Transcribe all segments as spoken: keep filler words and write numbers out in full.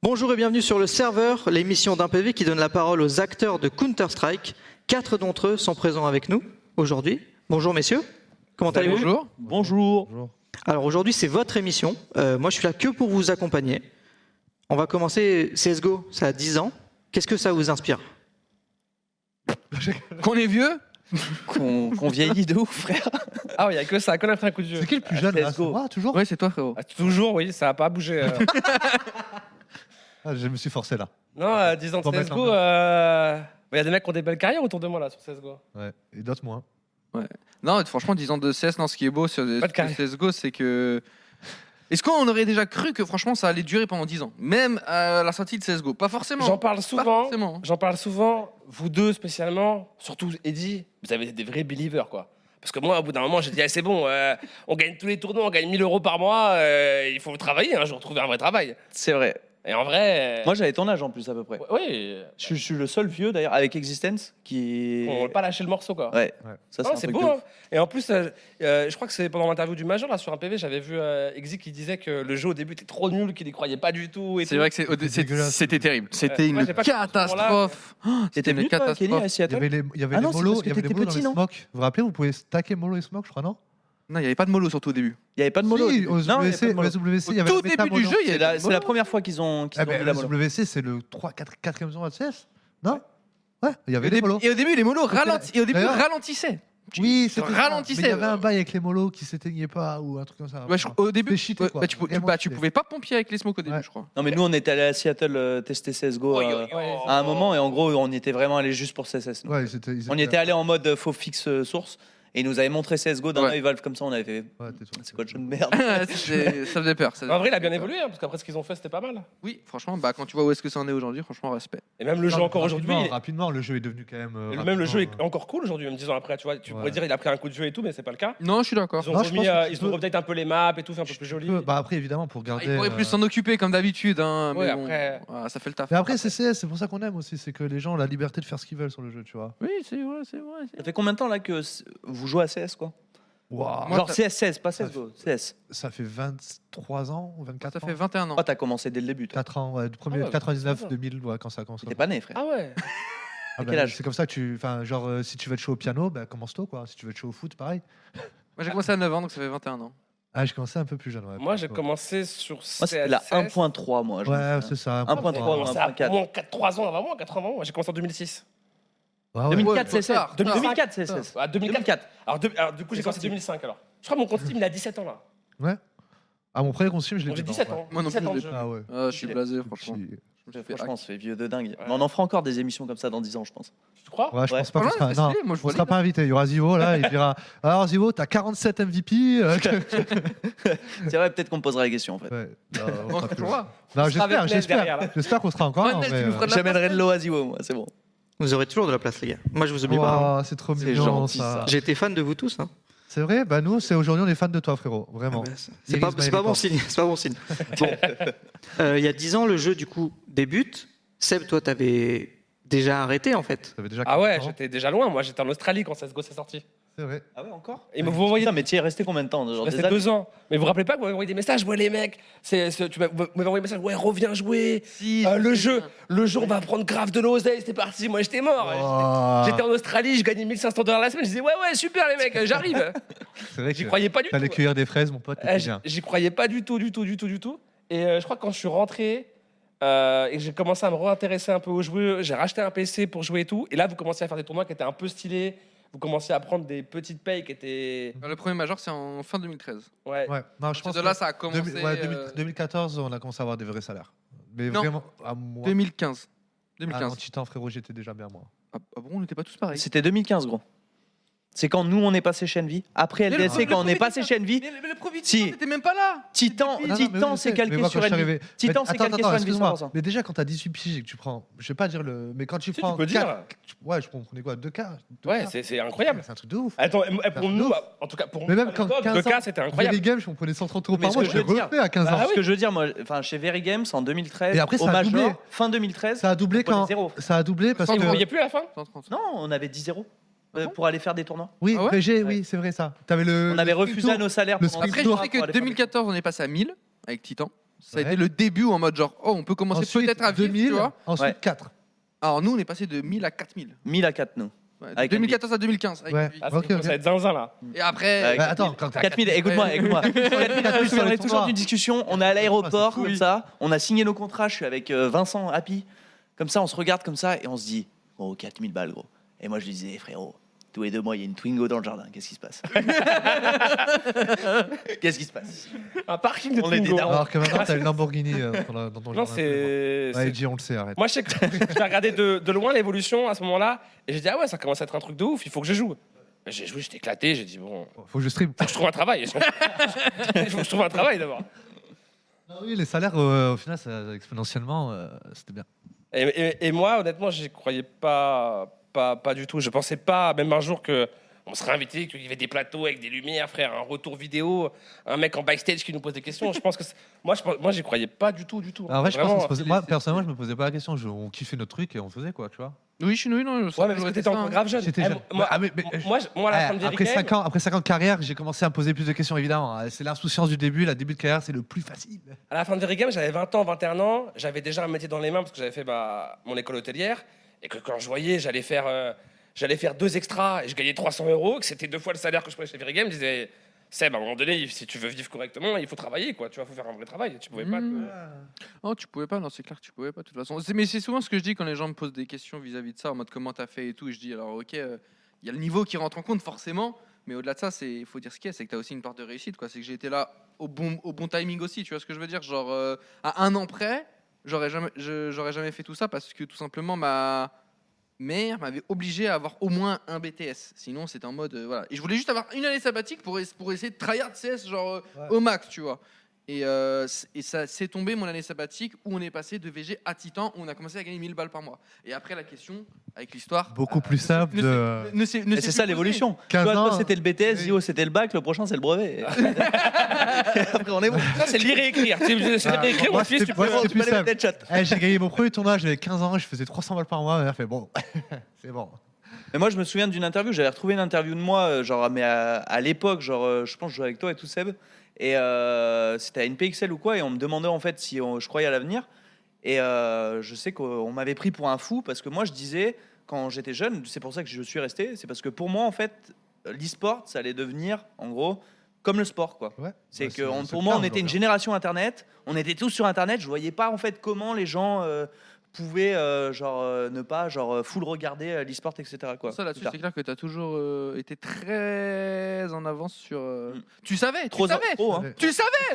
Bonjour et bienvenue sur le serveur, l'émission d'un P V qui donne la parole aux acteurs de Counter-Strike. Quatre d'entre eux sont présents avec nous aujourd'hui. Bonjour messieurs, comment allez-vous ? Bonjour. Bonjour. Bonjour. Alors aujourd'hui c'est votre émission, euh, moi je suis là que pour vous accompagner. On va commencer C S G O, ça a dix ans. Qu'est-ce que ça vous inspire ? Qu'on est vieux ? Qu'on qu'on vieillit de ouf, frère. Ah oui, il n'y a que ça, qu'on a pris un coup de jeu. C'est qui le plus jeune Ah, là, C S G O. c'est moi, toujours Ouais, c'est toi, frérot. Ah, toujours, oui, ça n'a pas bougé. euh. Ah, je me suis forcé là. non, euh, dix ans de Pour C S mettre G O, en euh, il y a des mecs qui ont des belles carrières autour de moi là sur C S G O. Ouais. Et d'autres moins. Non, franchement, dix ans de C S, non, ce qui est beau sur, Pas de carré. sur C S G O, c'est que. Est-ce qu'on aurait déjà cru que franchement ça allait durer pendant dix ans ? Même à la sortie de C S G O ? Pas forcément. J'en parle Pas souvent. forcément. J'en parle souvent. Vous deux spécialement, surtout Eddie, vous avez des vrais believers quoi. Parce que moi, au bout d'un moment, j'ai dit, ah, c'est bon, euh, on gagne tous les tournois, on gagne mille euros par mois, euh, il faut travailler, un jour trouver un vrai travail. C'est vrai. Et en vrai. euh, Moi, j'avais ton âge en plus, à peu près. Oui, Je, suis- je suis le seul vieux, d'ailleurs, avec Existence, qui. on ne pas lâcher le morceau quoi. Ouais. Ouais. Ça, Non, c'est un c'est truc beau. de Hein. ouf. Et en plus, euh, euh, je crois que c'est pendant l'interview du Major là sur un P V, j'avais vu euh, Exi qui disait que le jeu au début était trop nul, qu'il n'y croyait pas du tout. Et C'est tout. vrai que c'est- au dé- C'est c'est- dégueulasse. c'était terrible. C'était Ouais, une moi, j'ai pas compris à ce catastrophe. Oh, T'étais C'était une venu, toi, Kenny, catastrophe. à Il y Seattle avait les, il y avait Ah les non, c'est molos, parce que il y avait t'étais les molos dans petit, les non smokes. Vous vous rappelez, vous pouvez stacker mollo et smoke, je crois, non ? Non, il n'y avait pas de mollo surtout au début. Il n'y avait pas de mollo. au Si, début. au Non, il y avait pas W C, de mollo. au W C, il y Au avait tout la méta début du mollo. jeu, il y C'est avait la, des c'est la mollos. première fois qu'ils ont, qu'ils Ah ont ben, mis la le mollo. W C, c'est le trois, quatre, quatrième jour de C S, non ? Ouais, il y Et avait au les début, molos. et au début, les mollos ralentis- et au début, D'ailleurs- ralentissaient. Oui, Tu c'était ça. ralentissais. Mais il y avait un bail avec les molos qui s'éteignaient pas ou un truc comme ça. Ouais, je- au début, C'était cheaté, ouais, quoi. bah, tu, pou- tu- Vraiment bah, tu cheaté. pouvais pas pompier avec les smokes au début, Ouais. je crois. Non, mais nous, on était allé à Seattle euh, tester C S G O Oi, euh, oi, oi. Ouais. à un moment, et en gros, on y était vraiment allé juste pour C S S. nous. Ouais, ils étaient- ils On y étaient- était allé en mode euh, faux fixe euh, source, et ils nous avaient montré C S G O d'un Ouais. œil Valve comme ça, on avait fait. Ouais, tais-toi. C'est quoi le jeu de merde? C'était- ça faisait peur. ça faisait En vrai, il a peur. bien évolué, hein, parce qu'après ce qu'ils ont fait, c'était pas mal. Oui, franchement, bah, quand tu vois où est-ce que ça en est aujourd'hui, franchement, respect. Et même le jeu Non, encore aujourd'hui. rapidement, il est- Rapidement, le jeu est devenu quand même. euh, et même le jeu rapidement, est encore cool aujourd'hui, même dix ans après. Tu vois, tu Ouais. pourrais dire il a pris un coup de jeu et tout, mais c'est pas le cas. Non, je suis d'accord. Ils ont Non, je remis, pense que euh, tu ils peux- ont update un peu les maps et tout, fait un peu euh, plus tu joli. peux- Bah après, évidemment, pour Ah, garder. il pourrait euh, plus s'en occuper comme d'habitude, hein, Ouais, mais bon, après- voilà, ça fait le taf. Mais après, c'est C S, c'est pour ça qu'on aime aussi, c'est que les gens ont la liberté de faire ce qu'ils veulent sur le jeu, tu vois. Oui, c'est vrai, c'est vrai. c'est- Ça fait combien de temps là que c- vous jouez à C S, quoi? Waouh. Moi, Genre ça- C S, C S, pas C S G O, C S. Ça fait vingt-trois ans ou vingt-quatre Ça ans fait vingt et un ans. Oh, t'as commencé dès le début, toi. quatre ans, ouais, du premier Ah ouais, quatre-vingt-dix-neuf, c'est ça. deux mille, ouais, quand ça a commencé. T'es pas né, frère. Ah ouais. Ah quel bah, âge C'est comme ça que tu. Enfin, genre, euh, si tu veux être chaud au piano, bah, commence tôt, quoi. Si tu veux être chaud au foot, pareil. Moi, j'ai commencé à neuf ans, donc ça fait vingt et un ans. Ah, j'ai commencé un peu plus jeune, ouais. Moi, j'ai Ouais. commencé sur Moi, c'était la C S. un point trois, moi. je me Ouais, souviens. c'est ça. Un point J'ai trois, commencé un point quatre. à moins quatre, trois ans avant moi, quatre ans avant moi. J'ai commencé en deux mille six. Ouais, ouais. deux mille quatre, Ouais, C S S. tard, deux mille tard. quatre, C S S. Ah, deux mille quatre. Alors, deux- alors, du coup, j'ai C'est commencé sorti. deux mille cinq alors. Je crois que mon compte Steam, il a dix-sept ans là. Ouais. Ah, mon premier costume, je l'ai Donc, j'ai dit, dix-sept non, ans. Moi non dix-sept plus, ans de je l'ai jeu. Ah ouais. Ah, je suis Ok. blasé, franchement. Petit- Je me fais Franchement, on hack. se fait vieux de dingue. Mais on en fera encore des émissions comme ça dans dix ans, je pense. Tu crois Ouais, je Ouais. pense pas qu'on Franchement, sera. c'est Non, stylé, moi, je on vois sera les- pas invité. Il y aura Zivo là, il dira alors Zivo, t'as quarante-sept M V P. euh, C'est vrai, peut-être qu'on me posera la question en fait. ouais. Non, on On sera sera plus toujours là. là. Non, On sera avec j'espère, Nel j'espère. derrière, là. J'espère qu'on sera encore Ouais, là. Nel, mais, tu nous euh, feras de la J'amènerai place, de l'eau à Ziwo, moi, c'est bon. Vous aurez toujours de la place les gars. Moi je vous oublie pas. hein. Wow, c'est trop C'est mignon gentil, ça. ça. J'ai été fan de vous tous. Hein. C'est vrai, bah nous, c'est aujourd'hui, on est fans de toi, frérot, vraiment. Ah bah, c'est- c'est Iris pas, c'est Bailey pas bon Pop. signe. C'est pas bon signe. Bon. Euh, Il y a dix ans, le jeu du coup débute. Seb, toi, t'avais déjà arrêté en fait. Ça fait déjà Ah ouais, quarante ans. j'étais déjà loin. Moi, j'étais en Australie quand C S G O s'est sorti. C'est vrai. Ah ouais, encore Et vous m'envoyez Putain, mais tu y es resté combien de temps genre, resté des années deux ans. Mais vous vous rappelez pas que vous m'avez envoyé des messages, ouais les mecs, c'est, c'est- tu m'as- vous m'avez envoyé des messages, ouais reviens jouer. Si, Euh, je le sais jeu, bien. le jeu, on va prendre grave de l'oseille, c'était parti. Moi, j'étais mort. Oh. J'étais en Australie, je gagnais mille cinq cents dollars la semaine. Je disais ouais ouais super les mecs, j'arrive. C'est vrai J'y que croyais pas du tout. t'allais cueillir des fraises, mon pote, Eh, t'étais j'y- bien. J'y croyais pas du tout, du tout, du tout, du tout. Et euh, je crois que quand je suis rentré euh, et que j'ai commencé à me réintéresser un peu aux jeux, j'ai racheté un P C pour jouer et tout. Et là, vous commencez à faire des tournois qui étaient un peu stylés. Vous commencez à prendre des petites payes qui étaient. Le premier major, c'est en fin deux mille treize. Ouais. Ouais, non, je À pense partir de là, ça a commencé. deux mille ouais, deux mille euh, deux mille quatorze, on a commencé à avoir des vrais salaires. Mais Non. vraiment, à moi. deux mille quinze. Ah, en deux mille quinze. titan, frérot, j'étais déjà bien, moi. Ah, ah bon, on n'était pas tous pareils. C'était deux mille quinze, gros. C'est quand nous, on est passé chez Envy. Après Mais L D C, le- quand on le est passé premier chez Envy. Mais, mais le premier Si. Titan, t'étais même pas là. Titan, Non, non, mais Titan, oui, je c'est sais. Mais calqué moi, sur quand je suis Envy. arrivé- Titan, Mais c'est attends, calqué attends, sur Envy, excuse-moi. cent pour cent. Mais déjà, quand t'as dix-huit piges et que tu prends, je vais pas dire le, mais quand tu Si, prends, tu peux dire. quatre- ouais, je prenais quoi, deux K deux Ouais, K. c'est, c'est incroyable. C'est un truc de ouf. Attends, et- et pour un nous, ouf. en tout cas pour Mais nous, même à quand l'époque, quinze le ans, cas c'était incroyable. Very Games, on prenait cent trente euros Mais par ce mois, que je je l'ai veux dire- refait à quinze Ah ans. oui. Ce que je veux dire, moi, enfin, chez Very Games en deux mille treize, Et après, ça au a Major, doublé. fin deux mille treize, Ça a doublé on prenait quand, zéro. ça a doublé parce Vous ne que, voyez plus à la fin cent trente. Non, on avait dix zéro Ah euh, bon pour aller faire des tournois. oui, Ah ouais P G, oui, c'est vrai ça. T'avais le. On avait le refusé Spring à nos salaires le pendant Spring Après, six je mois sais pour que aller faire des deux mille quatorze, on est passé à mille avec Titan. Ça a Ouais. été le début en mode genre, oh, on peut commencer Ensuite, peut-être à vivre, deux mille, tu vois. ensuite Ouais. quatre. Alors nous, on est passé de mille à quatre mille. mille à quatre, nous. Ouais, de Avec deux mille quatorze à deux mille quinze. Avec Ouais. Envy. Ah, Ok, c'est- ok. Ça va être zinzin là. Et après, Ouais, Bah, attends, quand t'as quatre mille, écoute-moi, écoute-moi. quatre mille, quatre mille on sur les est toujours tournois. d'une discussion. On est à l'aéroport, Oui. comme ça. On a signé nos contrats. Je suis avec euh, Vincent, Happy. Comme ça, on se regarde comme ça et on se dit, oh, quatre mille balles, gros. Et moi, je lui disais, frérot, tous les deux mois, il y a une Twingo dans le jardin. Qu'est-ce qui se passe Qu'est-ce qui se passe Un parking de On est des Twingo. darons. Alors que maintenant, t'as une Lamborghini euh, dans la- dans ton Non, jardin. c'est. Ouais, c'est- J, on le sait, arrête. Moi, je sais que j'ai regardé de, de loin l'évolution à ce moment-là, et j'ai dit, ah ouais, ça commence à être un truc de ouf, il faut que je joue. J'ai joué, j'étais éclaté, j'ai dit, bon, Faut que je stream. faut que je trouve un travail. Il faut que je trouve un travail d'abord. Ah oui, les salaires, euh, au final, ça, exponentiellement, euh, c'était bien. Et, et- et moi, honnêtement, j'y croyais pas, pas, pas du tout. Je pensais pas, même un jour, que on serait invité, qu'il y avait des plateaux avec des lumières, frère, un retour vidéo, un mec en backstage qui nous pose des questions. Je pense que c'est- moi, je, pense- moi, j'y croyais pas du tout, du tout. Alors, en vrai, je pense Vraiment. qu'on se posait- moi, personnellement, je me posais pas la question. Je- on kiffait notre truc et on faisait quoi, tu vois. oui, je suis oui, non. Ouais, mais parce que t'étais encore grave jeune. J'étais Eh, jeune. Moi, Ah, mais- mais- moi, je- moi, à la Eh, fin de Jerry après Game, cinq ans, après cinq ans de carrière, j'ai commencé à me poser plus de questions, évidemment. Euh, C'est l'insouciance du début. La début de carrière, c'est le plus facile. à la fin de Jerry Game, j'avais vingt ans, vingt et un ans. J'avais déjà un métier dans les mains parce que j'avais fait ma, mon école hôtelière. Et que quand je voyais, j'allais faire, euh, j'allais faire deux extras et je gagnais trois cents euros, que c'était deux fois le salaire que je prenais chez Jerry Game, je disais, Seb, à un moment donné, si tu veux vivre correctement, il faut travailler, quoi. Tu vois, faut faire un vrai travail. Tu pouvais pas. te- Mmh. Oh, tu pouvais pas, non, c'est clair que tu pouvais pas, de toute façon. C'est- Mais c'est souvent ce que je dis quand les gens me posent des questions vis-à-vis de ça, en mode comment t'as fait et tout. Et je dis, alors, ok, il y a le niveau qui rentre en compte, forcément, mais au-delà de ça, il faut dire ce qu'il y a, c'est que t'as aussi une part de réussite, quoi. C'est que j'ai été là au bon, au bon timing aussi, tu vois ce que je veux dire. Genre, euh, à un an près, j'aurais jamais, je- j'aurais jamais fait tout ça parce que tout simplement, ma mère m'avait obligé à avoir au moins un B T S. Sinon, c'était en mode, euh, voilà. Et je voulais juste avoir une année sabbatique pour, es- pour essayer de tryhard C S, genre, euh, Ouais. au max, tu vois. Et, euh, c- et ça s'est tombé mon année sabbatique où on est passé de V G à Titan où on a commencé à gagner mille balles par mois. Et après la question avec l'histoire. Beaucoup plus simple ne de s'est- ne s'est- ne Et s'est c'est plus ça posée. l'évolution. quinze Toi, toi, ans. c'était le B T S, Oui. Zio, c'était le bac, le prochain, c'est le brevet. Après, on est bon. Ça, c'est lire et écrire. Tu sais, c'est lire et écrire, moi, mon fils, c'était- tu moi, peux. c'était Tu plus peux aller simple. au Deadshot. Eh, j'ai gagné mon premier tournoi, j'avais quinze ans, je faisais trois cents balles par mois. Elle a fait bon, c'est bon. Mais moi, je me souviens d'une interview. J'avais retrouvé une interview de moi, euh, genre, mais à, à l'époque, genre, euh, je pense que je jouais avec toi et tout, Seb. Et euh, c'était à N P X L ou quoi, et on me demandait en fait si on- je croyais à l'avenir. Et euh, je sais qu'on m'avait pris pour un fou parce que moi, je disais, quand j'étais jeune, c'est pour ça que je suis resté, c'est parce que pour moi, en fait, l'e-sport, ça allait devenir, en gros, comme le sport, quoi. Ouais. C'est Ouais, que on- c'est pour le moi, on terme, était une genre. génération Internet. On était tous sur Internet. Je voyais pas en fait comment les gens euh, pouvaient euh, genre euh, ne pas genre euh, full regarder euh, l'e-sport, et cetera. Quoi. Ça là-dessus, Plus tard. c'est clair que tu as toujours euh, été très en avance sur. euh, Mm. Tu savais, Trop, tu savais, trop, hein. tu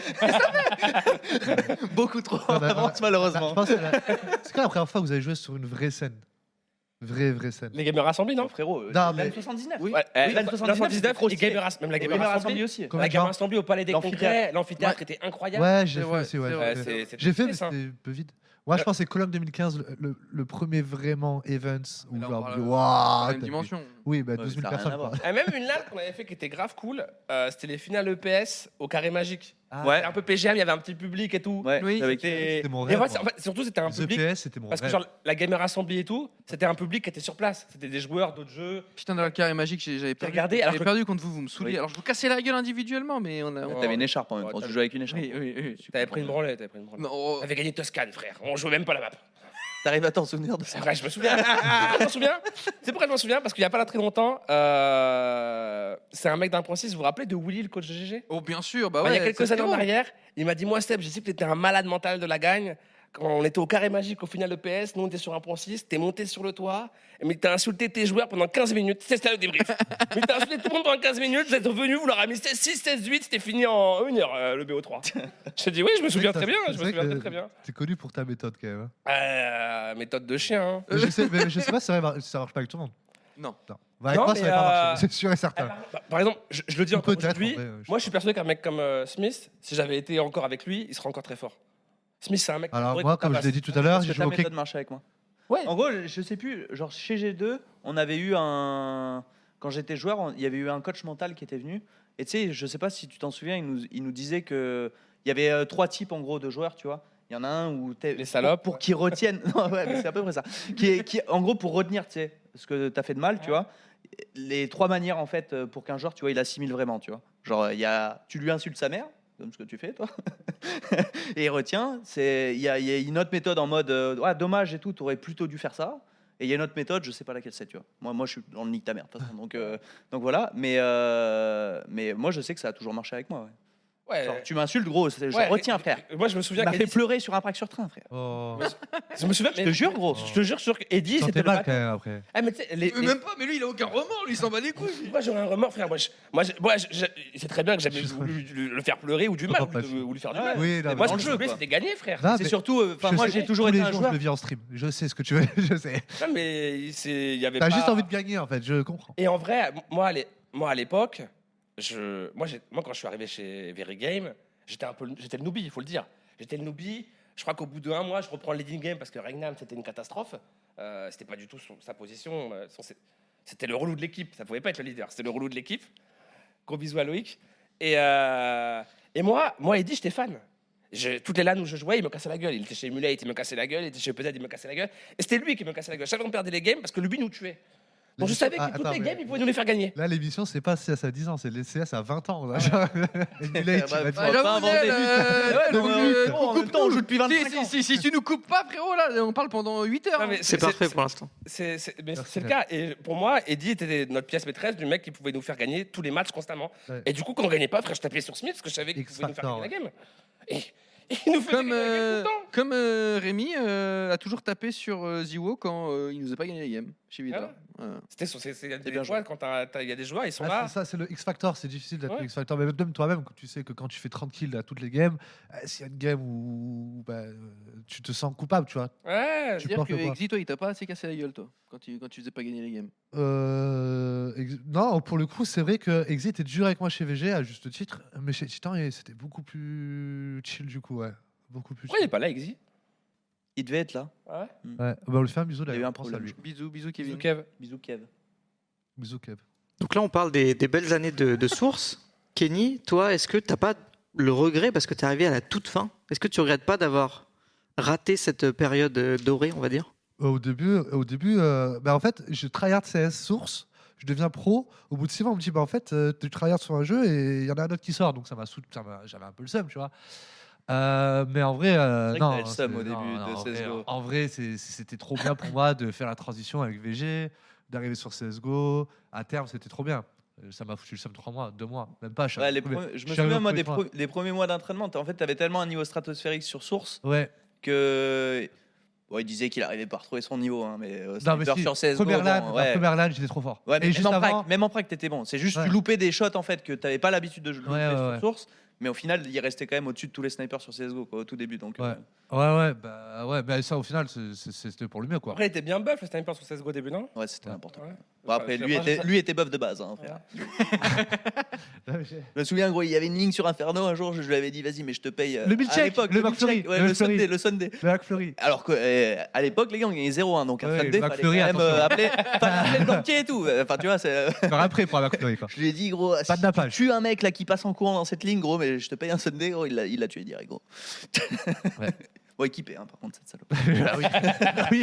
savais. Beaucoup trop On en a- avance Je malheureusement. pense que la- C'est quand la première fois que vous avez joué sur une vraie scène? Vraie, vraie scène. Les Gamers Assembly, non? Non frérot. euh, Non, LAN mais- soixante-dix-neuf. Oui. Ouais, Oui, euh, LAN la soixante-dix-neuf, c'était trop et stylé. Gamers As- même la Et Gamers Gamer Assembly. Assembly aussi. Combien La de Gamers gens Assembly au Palais des L'amphithéâtre. Congrès, l'amphithéâtre Ouais. était incroyable. Ouais, j'ai C'est fait vrai, aussi, ouais. c'est j'ai vrai. Ouais, fait. c'est- c'était J'ai fait, mais triste, hein. c'était un peu vide. Moi, je pense que c'est Colombe deux mille quinze, le, le- le premier vraiment event où Là, on genre, parle- waouh, la même t'as dimension. vu- Oui, bah Ouais, douze mille ça a rien personnes. à quoi. voir. Et même une LAN qu'on avait fait qui était grave cool, euh, c'était les finales E P S au Carré Magique. Ah, Ouais. C'était un peu P G M, il y avait un petit public et tout. Ouais, Oui, avec C'était- C'était mon Et rêve, ouais, c'est- moi. en fait, surtout, c'était un The public. P S, c'était mon Parce que rêve. genre la Gamer Assembly et tout, c'était un public qui était sur place. C'était des joueurs d'autres jeux. Putain, dans le carré magique, j'ai- j'avais perdu. regardé, J'avais alors que- perdu contre vous, vous me saouliez. Oui. Alors je vous cassais la gueule individuellement, mais on a. on- T'avais une écharpe en même Ouais, temps. Tu t'avais- jouais avec une écharpe. Oui, oui, oui. T'avais pris une branlette, t'avais pris une branlette. Non, oh, T'avais gagné Toscane, frère. On jouait même pas la map. T'arrives à t'en souvenir de ça? C'est vrai, je me souviens. je m'en souviens. C'est pourquoi je m'en souviens parce qu'il y a pas là très longtemps, euh, c'est un mec d'un point six. Vous vous rappelez de Willy, le coach de G G? oh, bien sûr, bah Enfin, ouais. il y a quelques c'est années en trop. arrière, il m'a dit moi Step, je sais que tu étais un malade mental de la gagne. Quand on était au Carré Magique au final de P S, nous on était sur un point six, t'es monté sur le toit, mais t'as insulté tes joueurs pendant quinze minutes. C'est ça le débrief. Mais t'as insulté tout le monde pendant quinze minutes, vous êtes revenu, vous leur avez mis six, seize, huit, c'était fini en une heure euh, le B O trois. Je te dis oui, je me souviens très bien, je me C'est vrai souviens que très, très bien. T'es connu pour ta méthode quand même. hein. Euh, méthode de chien. Hein. Mais je sais, mais je sais pas si ça va- si ça marche pas avec tout le monde. Non. Non. Bah, avec Non, moi, ça mais, va pas euh, marcher, c'est sûr et certain. Par, par exemple, je, je le dis Ou encore peut-être, aujourd'hui, en vrai, euh, je moi je suis persuadé qu'un mec comme euh, Smith, si j'avais été encore avec lui, il serait encore très fort. Smith, c'est un mec. qui Alors pourrait moi, que comme je tabasse. l'ai dit tout à l'heure, Parce j'ai que joué ta au kick. méthode marche avec moi. Ouais. En gros, je je sais plus, genre chez G deux, on avait eu un. Quand j'étais joueur, on- il y avait eu un coach mental qui était venu. Et tu sais, je sais pas si tu t'en souviens, il nous, il nous disait que il y avait euh, trois types en gros de joueurs, tu vois. Il y en a un où t'es- Les salopes. Pour, pour qu'ils retiennent. Non, ouais, mais c'est à peu près ça. Qui est, qui, en gros, pour retenir, tu sais, ce que tu as fait de mal, tu vois. Les trois manières, en fait, euh, pour qu'un joueur, tu vois, il assimile vraiment, tu vois. Genre, il y a, tu lui insultes sa mère, comme ce que tu fais, toi. Et il retient. C'est, il y, a- il y a une autre méthode en mode, euh, ouais, dommage et tout, tu aurais plutôt dû faire ça. Et il y a une autre méthode, je sais pas laquelle c'est, tu vois. Moi, moi, je suis dans le nique ta mère, de toute façon. Donc, euh, donc voilà. Mais, euh, mais moi, je sais que ça a toujours marché avec moi. Ouais. Ouais. Genre, tu m'insultes, gros. c'est- Je Ouais, retiens, frère. Moi, je me Tu souviens m'as fait qu'Eddie- pleurer sur un praque sur train, frère. Oh. Je me souviens, Je te jure, gros. Je te jure sur Eddie, T'en c'était t'es le mal matin. quand même après. Ah, mais tu sais, les, Mais les- Même pas, mais lui, il a aucun remords, lui, il s'en bat les couilles. Moi, j'aurais un remords, frère. Moi, je, moi, je- moi, je- je- c'est très bien que j'avais voulu le le faire pleurer ou du mal, Comprends pas, ou, je- ou lui faire du Ouais. mal. Oui, non, Mais mais moi, ce dans que le je jeu, voulais, quoi. c'était gagner, frère. Non, C'est mais surtout. euh, Enfin, je moi, sais, j'ai toujours tous été les un jours, joueur. je le vis en stream. Je sais ce que tu veux, je sais. Non, mais c'est- il y avait T'as pas... juste envie de gagner en fait, je comprends. Et en vrai, moi, à l'é- moi, à l'époque, je, moi, j'ai- moi, quand je suis arrivé chez Very Game, j'étais un peu, le- j'étais le newbie, il faut le dire. J'étais le newbie. Je crois qu'au bout d'un mois, je reprends le leading game parce que Regnam, c'était une catastrophe. Euh, c'était pas du tout son- sa position. euh, son- C'était le relou de l'équipe. Ça pouvait pas être le leader. C'était le relou de l'équipe. Gros bisous à Loïc. Et, euh, et moi, moi, Eddie, j'étais fan. Je- toutes les LAN où je jouais, il me cassait la gueule. Il était chez Emulate, il me cassait la gueule. Il était chez P Z, il me cassait la gueule. Et c'était lui qui me cassait la gueule. Chaque fois qu'on perdait les games parce que lui nous tuait. Donc je L'émission- savais que Ah, toutes attends, les mais- games, il pouvait nous les faire gagner. Là, l'émission, c'est pas C S à dix ans, c'est les C S à vingt ans. Là. Genre, Emulate, Bah, il va bah, dire- bah, pas inventer des euh, buts. ouais, donc, donc, euh, euh, bon, en même temps, on joue depuis Si, vingt-cinq si, ans. si, si tu nous coupes pas, frérot, là, on parle pendant huit heures. Non, hein. mais C'est parfait pour l'instant. C'est, c'est- mais Merci, c'est le Nel. cas. Et pour moi, Eddie était notre pièce maîtresse du mec qui pouvait nous faire gagner tous les matchs constamment. Ouais. Et du coup, quand on gagnait pas, frère, je tapais sur Smith parce que je savais qu'il X pouvait nous faire Factor, gagner la game. Et, et il nous faisait Comme, gagner la game euh, tout le temps. comme euh, Rémi euh, a toujours tapé sur euh, Ziwo quand euh, il nous a pas gagné les games chez Vita. Voilà. C'était sur- c'est- c'est- il y a des bien fois, quand t'as- t'as- il y a des joueurs, ils sont Ah, là. c'est ça, c'est le X Factor, c'est difficile d'être Ouais. le X Factor. Mais même toi-même, tu sais que quand tu fais trente kills à toutes les games, euh, s'il y a une game où bah, euh, tu te sens coupable, tu vois. Ouais. Tu C'est-à-dire penses que que quoi Exit, toi, il t'a pas assez cassé la gueule, toi, quand tu, quand tu faisais pas gagner les games. Euh, ex- non, pour le coup, c'est vrai que Exit est dur avec moi chez V G, à juste titre. Mais chez Titan, et c'était beaucoup plus chill du coup, ouais. Beaucoup plus Pourquoi il est chill. pas là, Exy Il devait être là. Ouais. Ouais. Bah, on lui fait un bisou Il y a eu d'ailleurs. un pense à problème, lui. je crois. Bisous, bisous, Kevin. Bisous, Kev. Bisous, Kev. Bisous, Kev. Donc là, on parle des, des belles années de, de source. Kenny, toi, est-ce que tu n'as pas le regret parce que tu es arrivé à la toute fin? Est-ce que tu regrettes pas d'avoir raté cette période euh, dorée, on va dire? Euh, Au début, au début euh, bah, en fait, je tryhard C S source, je deviens pro. Au bout de six mois, on me dit bah, en fait, euh, tu tryhard sur un jeu et il y en a un autre qui sort. Donc ça m'a sout- ça m'a- j'avais un peu le seum, tu vois. Euh, mais en vrai, euh, C'est vrai que non. t'avais le seum c'est- au début non, de non, en C S G O. vrai, En vrai, c'est- c'était trop bien pour moi de faire la transition avec V G, d'arriver sur C S G O. À terme, c'était trop bien. Euh, Ça m'a foutu le seum trois mois, deux mois, même pas. je suis Ouais, arrivé les au premier- premiers- je je me suis arrivé souviens, au moi, premier des, tournoi. pro- des premiers mois d'entraînement. En fait, tu avais tellement un niveau stratosphérique sur source Ouais. que. Bon, il disait qu'il arrivait pas à retrouver son niveau, hein, mais, euh, Non, mais sniper si, sur C S G O. première bon, LAN, ouais. la première LAN, j'étais trop fort. Ouais, mais et même, juste en avant, prac, même en prac, t'étais bon. C'est juste Ouais. tu loupais des shots en fait que t'avais pas l'habitude de jouer Ouais, ouais, sur ouais. source. Mais au final, il restait quand même au-dessus de tous les snipers sur C S G O quoi, au tout début. Donc, Ouais. euh, ouais, ouais, bah, ouais, bah, ça au final, c'est- c'est- c'était pour le mieux, quoi. Après, il était bien buff, le sniper sur C S G O au début, non ouais, c'était Ouais. n'importe quoi. Ouais. Bon, après, Enfin, lui je- était, je- lui était buff de base. Hein, frère. Je me souviens, gros, il y avait une ligne sur Inferno un jour, je lui avais dit, vas-y, mais je te paye. euh, Le milcheck, à l'époque, le le McFlurry, milcheck, ouais, le le Sunday, McFlurry. le Sunday. Le hack Fleury. Alors qu'à à l'époque, les gars, on gagnait zéro un, donc un Ouais, Sunday, le fallait quand McFlurry, même euh, attention. appeler, fallait appeler le banquier et tout. Enfin, tu vois, c'est. Faire après pour un hack Fleury, quoi. Je lui ai dit, gros, Pas de si nappage. tu tues un mec là qui passe en courant dans cette ligne, gros, mais je te paye un Sunday, gros, il l'a il l'a tué direct, gros. Ouais. Bon, équipé, hein, par contre, cette salope. Ah oui. oui.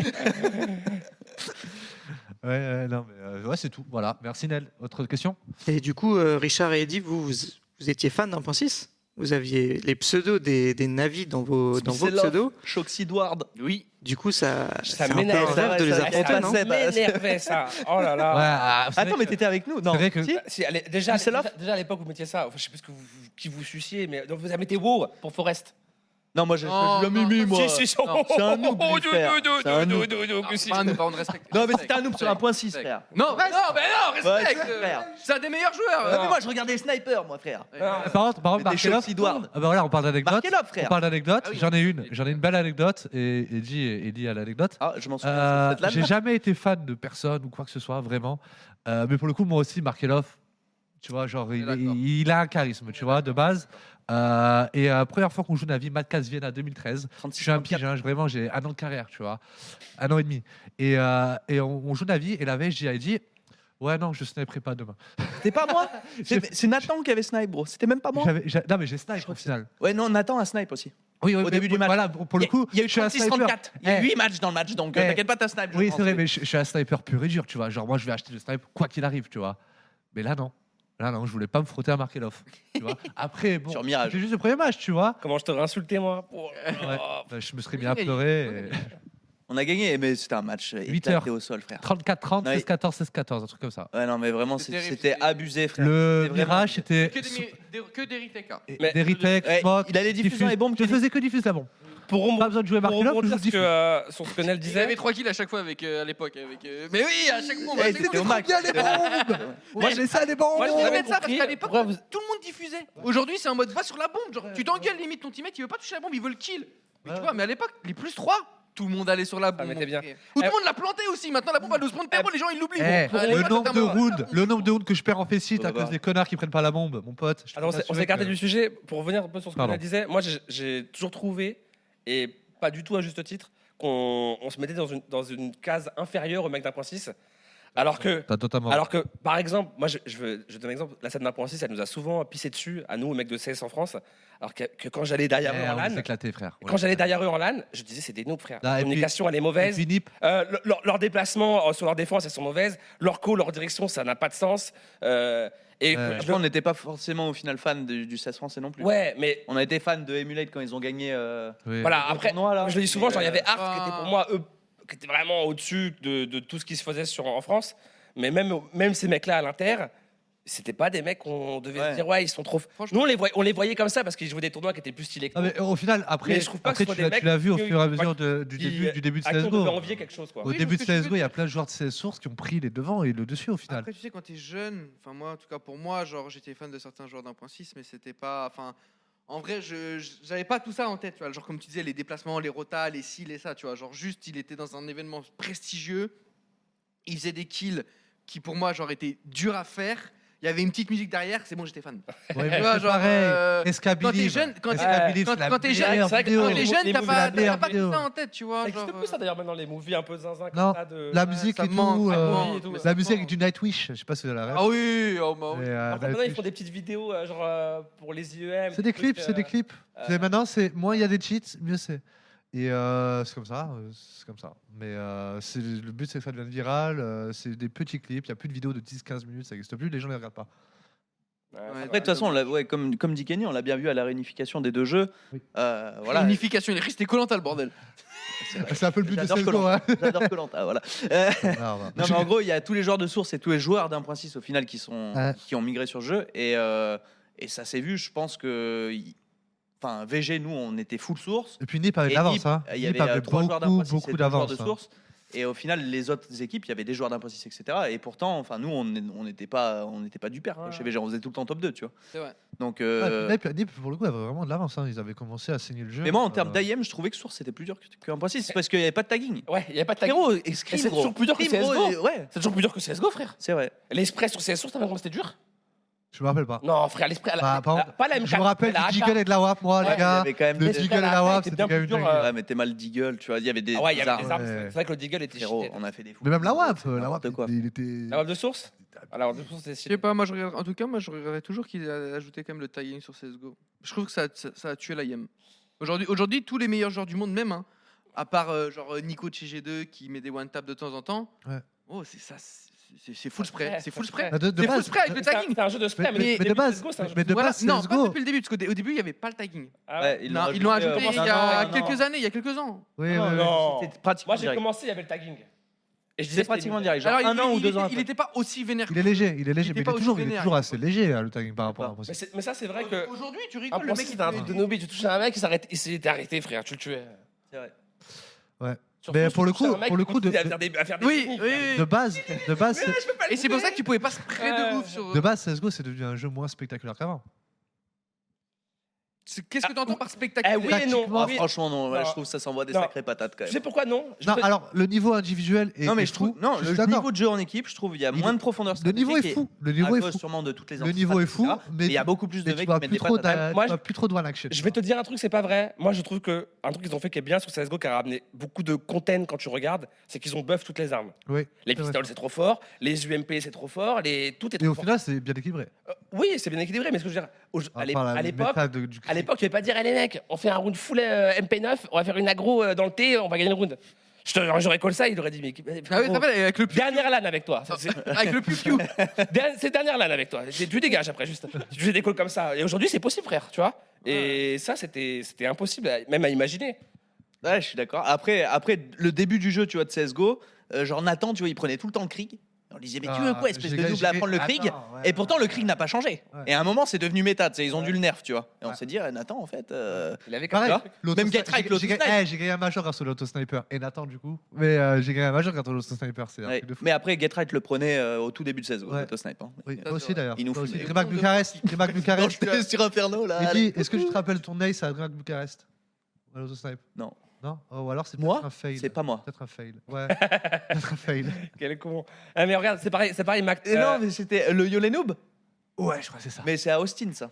Ouais, ouais, non, mais euh, ouais, c'est tout. Voilà. Merci, Nel. Autre question? Et du coup, euh, Richard et Eddy, vous, vous, vous étiez fan d'un point six? Vous aviez les pseudos des, des navis dans vos, dans vos C'est love. pseudos. Shoxidward. Oui. Du coup, ça, Ça c'est un peu m'énerve. un rêve de les Ça- ça- affronter, ça- non ça- Ça m'énervait, ça. Oh là là. Ouais, ah, c'est Attends, vrai mais que- t'étais avec nous? Non. C'est vrai que- Si Si, allez, déjà, C'est déjà, l'off déjà, à l'époque, vous mettiez ça. Enfin, je sais plus ce que vous, qui vous suciez, mais donc vous avez mettez WoW pour Forest. Non, moi, je Non, je l'ai non, mis, non, moi. Si, si, Non, c'est un noob, lui, Oh, frère. do, do, C'est un do, noob. do, do, do, Non, que si. pas un noob, on respecte. Non, mais c'était un noob Respect, sur un point six, respect. frère. Non, mais non, mais non, Ouais, respecte. c'est frère. C'est un des meilleurs joueurs. Ouais, mais moi, je regardais les snipers, moi, frère. Ouais. Non. Par contre, par contre, Mais des Markelov- Shoxidward. Ah bah voilà, on parle d'anecdote. Marquez-le, On frère. parle d'anecdote. Ah oui. J'en ai une. J'en ai une belle anecdote. Et Eddie, Eddie a l'anecdote. Ah, je m'en souviens. Euh, cette J'ai LAN. jamais été fan de personne ou quoi que ce soit, vraiment. Euh, mais pour le coup, moi aussi, Markelov, tu vois, genre, il, D'accord. il- il a un charisme, tu vois, de base. Euh, et la première fois qu'on joue Navi, Madcast Vienna deux mille treize, je suis un pige, hein, vraiment, j'ai un an de carrière, tu vois, un an et demi. Et, euh, et on, on joue Navi, et la veille, je dis à Eddie, ouais, non, je sniperai pas demain. C'était pas moi. C'est c'est Nathan qui avait snipe, bro. C'était même pas moi. J'avais- j'a- non, mais j'ai snipe au final. Ouais, non, Nathan a snipe aussi. Oui, oui, Au mais début du match. Voilà, pour, pour le Il y a- coup, il y a eu je suis un trente-six sniper. trente-quatre. Il y a Eh, eu huit matchs dans le match, donc euh, Eh. t'inquiète pas, t'as snipe. je Oui, pense. c'est vrai, mais je, je suis un sniper pur et dur, tu vois. Genre, moi, je vais acheter le snipe quoi qu'il arrive, tu vois. Mais là, non. Là, non, je voulais pas me frotter à Markelov. Tu vois. Après, bon, Sur Mirage. c'était juste le premier match, tu vois. Comment je t'aurais insulté, moi. Oh, Ouais. oh. Bah, je me serais mis à pleurer. et- On a gagné, mais c'était un match huit éclaté heures. au sol, frère. trente-quatre trente, Ouais. seize quatorze, seize quatorze, un truc comme ça. Ouais, non, mais vraiment, C'est c'est- terrible, c'était c'est- abusé, frère. Le C'était vraiment- Mirage, c'était. Que des, des- que des retakes. Mais- Des retakes, Ouais, smoke. il allait diffuser diffuse. les bombes, Je Kenny. faisais que diffuser la bombe. Pour, rebondir- Pas besoin de jouer pour Markelov, je rebondir joue sur ce que, diffuse. euh, sur ce que Nel Il disait. avait trois kills à chaque fois avec, euh, à l'époque. Avec, euh, Mais oui, à chaque fois. Eh, c'était au max. Bien les bombes. Moi, j'ai ça les bombes. Moi, je j'avais voulais mettre ça parce compris. qu'à l'époque, Pourquoi vous- tout le monde diffusait. Aujourd'hui, c'est en mode va sur la bombe. Genre, tu t'engueules limite ton teammate, il veut pas toucher la bombe, il veut le kill. Mais Ouais. tu vois, mais à l'époque, les plus trois, tout le monde allait sur la bombe. mettait bien. Ou tout Eh. le monde l'a planté aussi. Maintenant, la bombe va nous spawn perbo, les gens ils l'oublient. Eh, Bon, à le l'époque, nombre c'était de un mode- rounds, le nombre de rounds que je perds en faceit Ouais, à cause bah. des connards qui prennent pas la bombe, mon pote. je peux Attends, on s'est- on t'assurer s'est écarté que- du sujet. Pour revenir un peu sur ce que Pardon. Nel disait, moi j'ai- j'ai toujours trouvé, et pas du tout à juste titre, qu'on on se mettait dans une, dans une case inférieure au mec d'un point six. Alors que, T'as totalement. alors que, par exemple, moi je, je, veux, je donne un exemple, la scène d'un point six, elle nous a souvent pissé dessus, à nous, aux mecs de C S en France. Alors que, que quand j'allais derrière eux Eh, en on LAN, s'est éclaté, frère. quand j'allais derrière eux en LAN, je disais c'est des noobs, frère. Là, La et communication, elle est Et mauvaise. puis Nip, Euh, le- leur, leur déplacement euh, sur leur défense, elles sont mauvaises. Leur call, leur direction, ça n'a pas de sens. Euh, et Ouais. je- Après, on n'était pas forcément au final fan du, du C S français non plus. ouais, mais On a été fan de Emulate quand ils ont gagné. euh, oui. voilà, le après, tournoi, là. je le dis souvent, Mais, genre, il y avait euh, Art qui était pour moi, eux, qui était vraiment au-dessus de, de tout ce qui se faisait sur, en France. Mais même, même ces mecs-là à l'Inter, c'était pas des mecs qu'on devait Ouais. se dire, ouais, ils sont trop. Franchement- Nous, on les, voyait, on les voyait comme ça parce qu'ils jouaient des tournois qui étaient plus stylés que Ah, nous. mais au final, après, Mais je trouve pas que après ce soit tu des l'as tu mecs l'as vu au qui- fur et à qui- mesure de- du qui- début du début de à qui on devait C S G O. envier quelque chose, quoi. Au Oui, début je de sais ce que tu C S G O, il y a veux plein de joueurs de C S Source qui ont pris les devants et le dessus au final. Après, tu sais, quand t'es jeune, enfin moi, en tout cas pour moi, genre j'étais fan de certains joueurs d'un point six, mais c'était pas, enfin, en vrai, je je- j'avais pas tout ça en tête, tu vois, genre comme tu disais, les déplacements, les rotas, les ci, les ça, tu vois, genre juste, il était dans un événement prestigieux, il faisait des kills qui pour moi, genre étaient durs à faire. Il y avait une petite musique derrière, c'est bon, j'étais fan. Ouais, mais Tu vois, c'est genre, pareil. euh, Escabilis. quand t'es jeune- quand t'es- Escabilis, quand- c'est la quand t'es jeune, meilleure c'est vrai que vidéo. Quand les t'es mots- jeune, les t'as mots- pas, la t'as meilleure pas tout vidéo. ça en tête, tu vois. Ça existe genre, plus ça d'ailleurs maintenant, les movies un peu zinzin comme Non, ça. De... La Ouais, musique ça et manque, tout. ça euh, manque, et tout, mais ça La ça musique manque. du Nightwish, je sais pas si vous avez la rêve. Ah oui, oh, bah oui. Mais, euh, Après, maintenant, ils Nightwish. font des petites vidéos euh, genre euh, pour les I E M. C'est des clips, c'est des clips. euh, C'est- Maintenant, c'est moins il y a des cheats, mieux c'est. Et euh, c'est comme ça, euh, c'est comme ça. Mais euh, c'est- le but, c'est que ça devienne viral. euh, c'est des petits clips. Il n'y a plus de vidéos de dix quinze minutes, ça n'existe plus. Les gens ne les regardent pas. Après, de toute façon, on l'a- ouais, comme, comme dit Kenny, on l'a bien vu à la réunification des deux jeux. Oui. Euh, voilà. Unification, il est resté collant le bordel. C'est un peu le but de J'adore C S G O. Koh-Lanta. Hein. J'adore Koh-Lanta, voilà. Euh, Non, bah. non, mais en gros, il y a tous les joueurs de source et tous les joueurs d'un point six au final qui, sont, Ouais. qui ont migré sur le jeu. Et, euh, et ça s'est vu, je pense que. il- Enfin, V G, nous, on était full source. Et puis Nip avait de Et l'avance. Nip, Hein. il y Nip avait euh, avait trois joueurs d'un beaucoup, point six et beaucoup deux joueurs d'avance. de hein. source. Et au final, les autres équipes, il y avait des joueurs d'un point six, et cetera. Et pourtant, enfin, nous, on est- on n'était pas, on n'était pas du père. quoi. Ouais. Chez V G, on faisait tout le temps top deux, tu vois. C'est vrai. Donc, Ouais, euh, Nip, Nip, pour le coup, avait vraiment de l'avance. Hein. Ils avaient commencé à saigner le jeu. mais moi, en termes Euh, d'I M, je trouvais que source c'était plus dur que- qu'un point six parce qu'il n'y avait pas de tagging. Ouais, il n'y a pas de tag. Frérot, Et escrime, c'est gros. toujours plus dur que Escrime, C S G O. gros, et- Ouais, C'est toujours plus dur que C S G O, frère. c'est vrai. L'Express sur C S Source, t'as vu comment c'était dur? Je me rappelle pas. Non, frère, l'Express. Bah, la- par la- contre, Pas la M quatre. Je me rappelle la du A K. Deagle et de la W A P, moi, Ouais, les Il y gars. avait quand même Le des- Deagle et la la W A A K P, était c'était bien quand même plus une dur, dinguerie. euh, Ouais, mais t'es mal Deagle, tu vois. Il y avait des Ah ouais, il y avait armes. des armes. ouais. C'est vrai que le Deagle était Frérot, cheaté. on a fait des fous. Mais même la W A P, C'est la W A P, n'importe quoi. il était. La web de source? Alors, de source, c'est Je sais pas, moi je regarde, en tout cas, moi je regardais toujours qu'il a ajouté quand même le tagging sur C S G O. Je trouve que ça, ça, ça a tué la I M. Aujourd'hui, aujourd'hui, tous les meilleurs joueurs du monde, même, hein, à part euh, genre Nico de chez G deux qui met des one tap de temps en temps. Ouais. Oh, c'est ça, c'est c'est full spray, Ouais, c'est full c'est spray. Ah, de- de C'est full base- spray avec le C'est un, tagging. c'est un jeu de spray, Mais- mais, mais les de débuts base- C S G O, c'est un jeu mais de de Voilà. base, Non, C S G pas O. depuis le début, parce qu'au dé- au début il n'y avait pas le tagging. Ah Ouais, ouais. ils Non, l'ont ils l'ont rajouté, ajouté euh, il y non, a non, quelques non. années, il y a quelques ans. Oui, Non, oui, oui. non. C'était pratiquement Moi, j'ai direct. commencé, il y avait le tagging. Et je disais, C'est pratiquement direct. Genre Alors, un il, an il- ou deux il- ans il après. n'était pas aussi vénère. Il est léger, il est léger, était mais il est pas aussi toujours, il est vénère, toujours il assez léger, hein, le tagging par rapport à un pas. point Mais six. c'est- Mais ça, c'est vrai que. Aujourd'hui, tu Un rigoles, le point mec six, il c'était un fait- truc de nobby. Tu touchais un mec, il s'arrête- il s'était arrêté, frère. Tu le tuais. C'est vrai. Ouais. Surtout Mais si pour tu le touchais coup, un mec pour le qui coup, de, continue à faire des- à faire des Oui, techniques, oui, frère. oui. de base, de base, c'est- Et c'est pour ça que tu pouvais pas spray de Ouais. ouf sur. de base, C S G O, c'est devenu un jeu moins spectaculaire qu'avant. C'est- Qu'est-ce que tu entends par Eh spectaculaire oui et non. Tactiquement, Ah, Oui. franchement, non. ouais, Non. je trouve que ça s'envoie des Non. sacrées patates quand Tu même. sais pourquoi non? Je Non, peux- alors le niveau individuel est. Non, mais est je trouve. fou. Non, Je le suis d'accord. niveau de jeu en équipe, je trouve, il y a Il moins est- de profondeur. Le niveau est stratégique fou. Le et niveau à est cause fou. sûrement de toutes les Le niveau est fou, et cetera. mais il y a beaucoup plus de mais tu mecs vois qui mettent plus des trop patates. d'a- Moi, tu vois je- plus trop de one action. Je vais te dire un truc, c'est pas vrai. Moi, je trouve que un truc qu'ils ont fait qui est bien sur C S G O, qui a ramené beaucoup de content quand tu regardes, c'est qu'ils ont buff toutes les armes. Oui. Les C'est vrai. pistoles, c'est trop fort. Les U M P, c'est trop fort. Les... Tout est Et trop au fort. final, c'est bien équilibré. Euh, oui, c'est bien équilibré, mais ce que je veux dire, au- à À l'ép- part la à l'époque, méta de- du à l'époque, tu vas pas dire, allez mec, on fait un round full euh, M P neuf, on va faire une aggro euh, dans le T, on va gagner le round. Je te- J'aurais call ça, il aurait dit mais Ah oui, tu te rappelles, avec le piou- dernière LAN avec toi. C'est- c'est- avec le piou piou. Der- C'est dernière LAN avec toi. Tu tu dégages après juste. Tu fais des calls comme ça. Et aujourd'hui c'est possible frère, tu vois. Et ça c'était c'était impossible à- même à imaginer. Ouais, je suis d'accord. Après, après le début du jeu, tu vois, de C S G O, euh, genre Nathan, tu vois, il prenait tout le temps le Krieg. On disait, mais tu veux quoi, espèce j'ai- de j'ai- double à prendre le Krieg? Attends, ouais, Et pourtant, ouais, le Krieg n'a pas changé. Ouais. Et à un moment, c'est devenu méta, tu sais, ils ont Ouais. dû le nerf, tu vois. Et on Ouais. s'est dit, ah, Nathan, en fait. euh, Il avait Pareil, vois, l'auto- même Getra avec j'ai- j'ai- l'auto-snipe. eh, j'ai gagné un major grâce au l'auto-sniper. Et Nathan, du coup. Mais euh, j'ai gagné un major grâce au l'auto-sniper. C'est un ouais. truc de fou. Mais après, Getright le prenait euh, au tout début de C S G O, Ouais. l'autosnipe. Hein. Oui, Ça, toi c'est aussi vrai. d'ailleurs. Il nous Toi fout aussi. des- Rimac Bucarest. Rimac Non, Bucarest. j'étais sur Inferno, là. Eddy, est-ce que tu te rappelles ton ace à Rimac Bucarest? À l'autosnipe? Non. Non. Oh, ou alors c'est Moi, peut-être un fail. C'est pas moi. Peut-être un fail. Ouais. Peut-être un fail. Quel con. Ah, mais regarde, c'est pareil, c'est pareil Mac. Et euh, non, mais c'était le Yolé Noob. Ouais, je crois que c'est ça. Mais c'est à Austin, ça.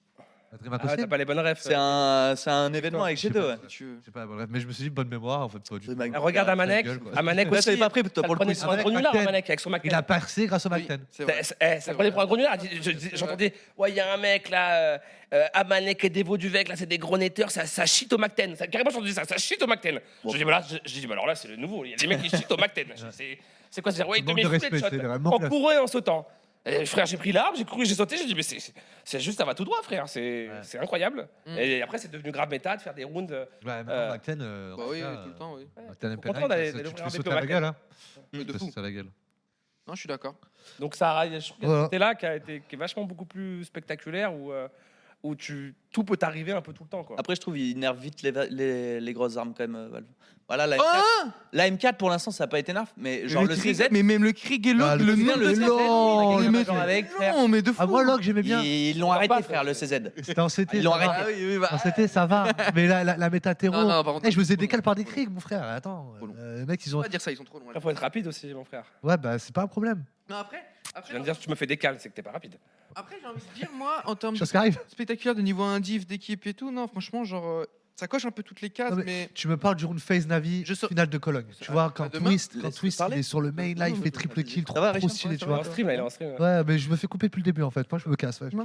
Rimac ah ouais, aussi. t'as pas les bonnes refs. C'est un, c'est un événement avec Je sais G deux. pas. Ouais. Si tu veux. Je sais pas, bref, mais je me suis dit bonne mémoire en fait pas du tout. Rimac Ah, regarde Amanek, gueule, quoi. Amanek Là, aussi. t'avais pas pris toi, Ça pour le le prenait coup. sur un Amanek, granular, Macten. Amanek, avec son Macten. Il a percé grâce au Oui, Macten. c'est vrai. C'est- eh, Ça le prenait pour un granular. Je- je- J'entendais, ouais, il y a un mec là, euh, euh, Amanek et Devo Duvec, là, c'est des gros netteurs, ça, ça shit au Macten. Ça, carrément, j'entendais ça, ça shit au Macten. Je dis, bah là, je, je dis, bah alors là, c'est le nouveau. Il y a des mecs qui shit au Macten. Je dis, C'est c'est quoi, c'est ouais, il te Manque met de une respect, fouette c'est shot. vraiment En que- courant et en sautant. Et, frère, j'ai pris l'arbre, j'ai couru, j'ai sauté, j'ai dit, mais c'est- c'est c'est juste, ça va tout droit, frère. C'est c'est incroyable. Mm. Et après, c'est devenu grave méta de faire des rounds. euh, Ouais, maintenant Euh, Macten. euh, en Bah tout oui, cas, oui, tout le temps, oui. Macten Faut M P comprendre neuf, d'aller- ça, d'aller tu te ouvrir fais un sauter B P à la gueule. hein. De Tu te fais fou. sauter à la gueule. Non, je suis d'accord. Donc ça, a- je trouve que Voilà. c'était là qui, a été, qui est vachement beaucoup plus spectaculaire où, euh, où tu, tout peut t'arriver un peu tout le temps. Quoi. Après, je trouve qu'il nerf vite les, va- les, les grosses armes quand même, euh, Valve. Voilà, la M Oh quatre, la M quatre pour l'instant, ça n'a pas été nerf, mais genre le, Krieg- C Z, mais même le Krieg et l'autre, Ah, le le Krieg, nom le de C Z, non, il mais- est major avec, frère. Non, mais de fou. Ah, moi, Log, j'aimais bien. Ils l'ont va arrêté, pas, frère, ça. le C Z. C'était en C T. Ils l'ont ça va. arrêté. Ah oui, oui, bah. En C T, ça va. Mais la, la, la méta terreau. Non, non, par contre, Eh, je me faisais trop long. décaler par des Krieg, mon frère. Attends. Trop long. euh, les mecs, ils On ont. va dire ça, ils sont trop loin. Après, faut être rapide aussi, mon frère. Ouais, bah, c'est pas un problème. Non, après, Je après, viens de dire, tu me fais décale, c'est que t'es pas rapide. après j'ai envie de dire, moi, en termes de Chose qui arrive. spectaculaire de niveau indiv, d'équipe et tout, non, franchement, genre, euh, ça coche un peu toutes les cases, Non, mais mais. Tu me parles du round phase Navi, Je sais- finale de Cologne. Tu vois, quand demain, Twist, quand laisse-le Twist parler. il est sur le main, là, il Non, fait mais- triple kill, trop, Ça va, trop Richard, stylé, ça tu va, Il est vois. en stream, là, il est en stream. Ouais, mais je me fais couper depuis le début en fait. Moi, je me casse. Ouais. Non.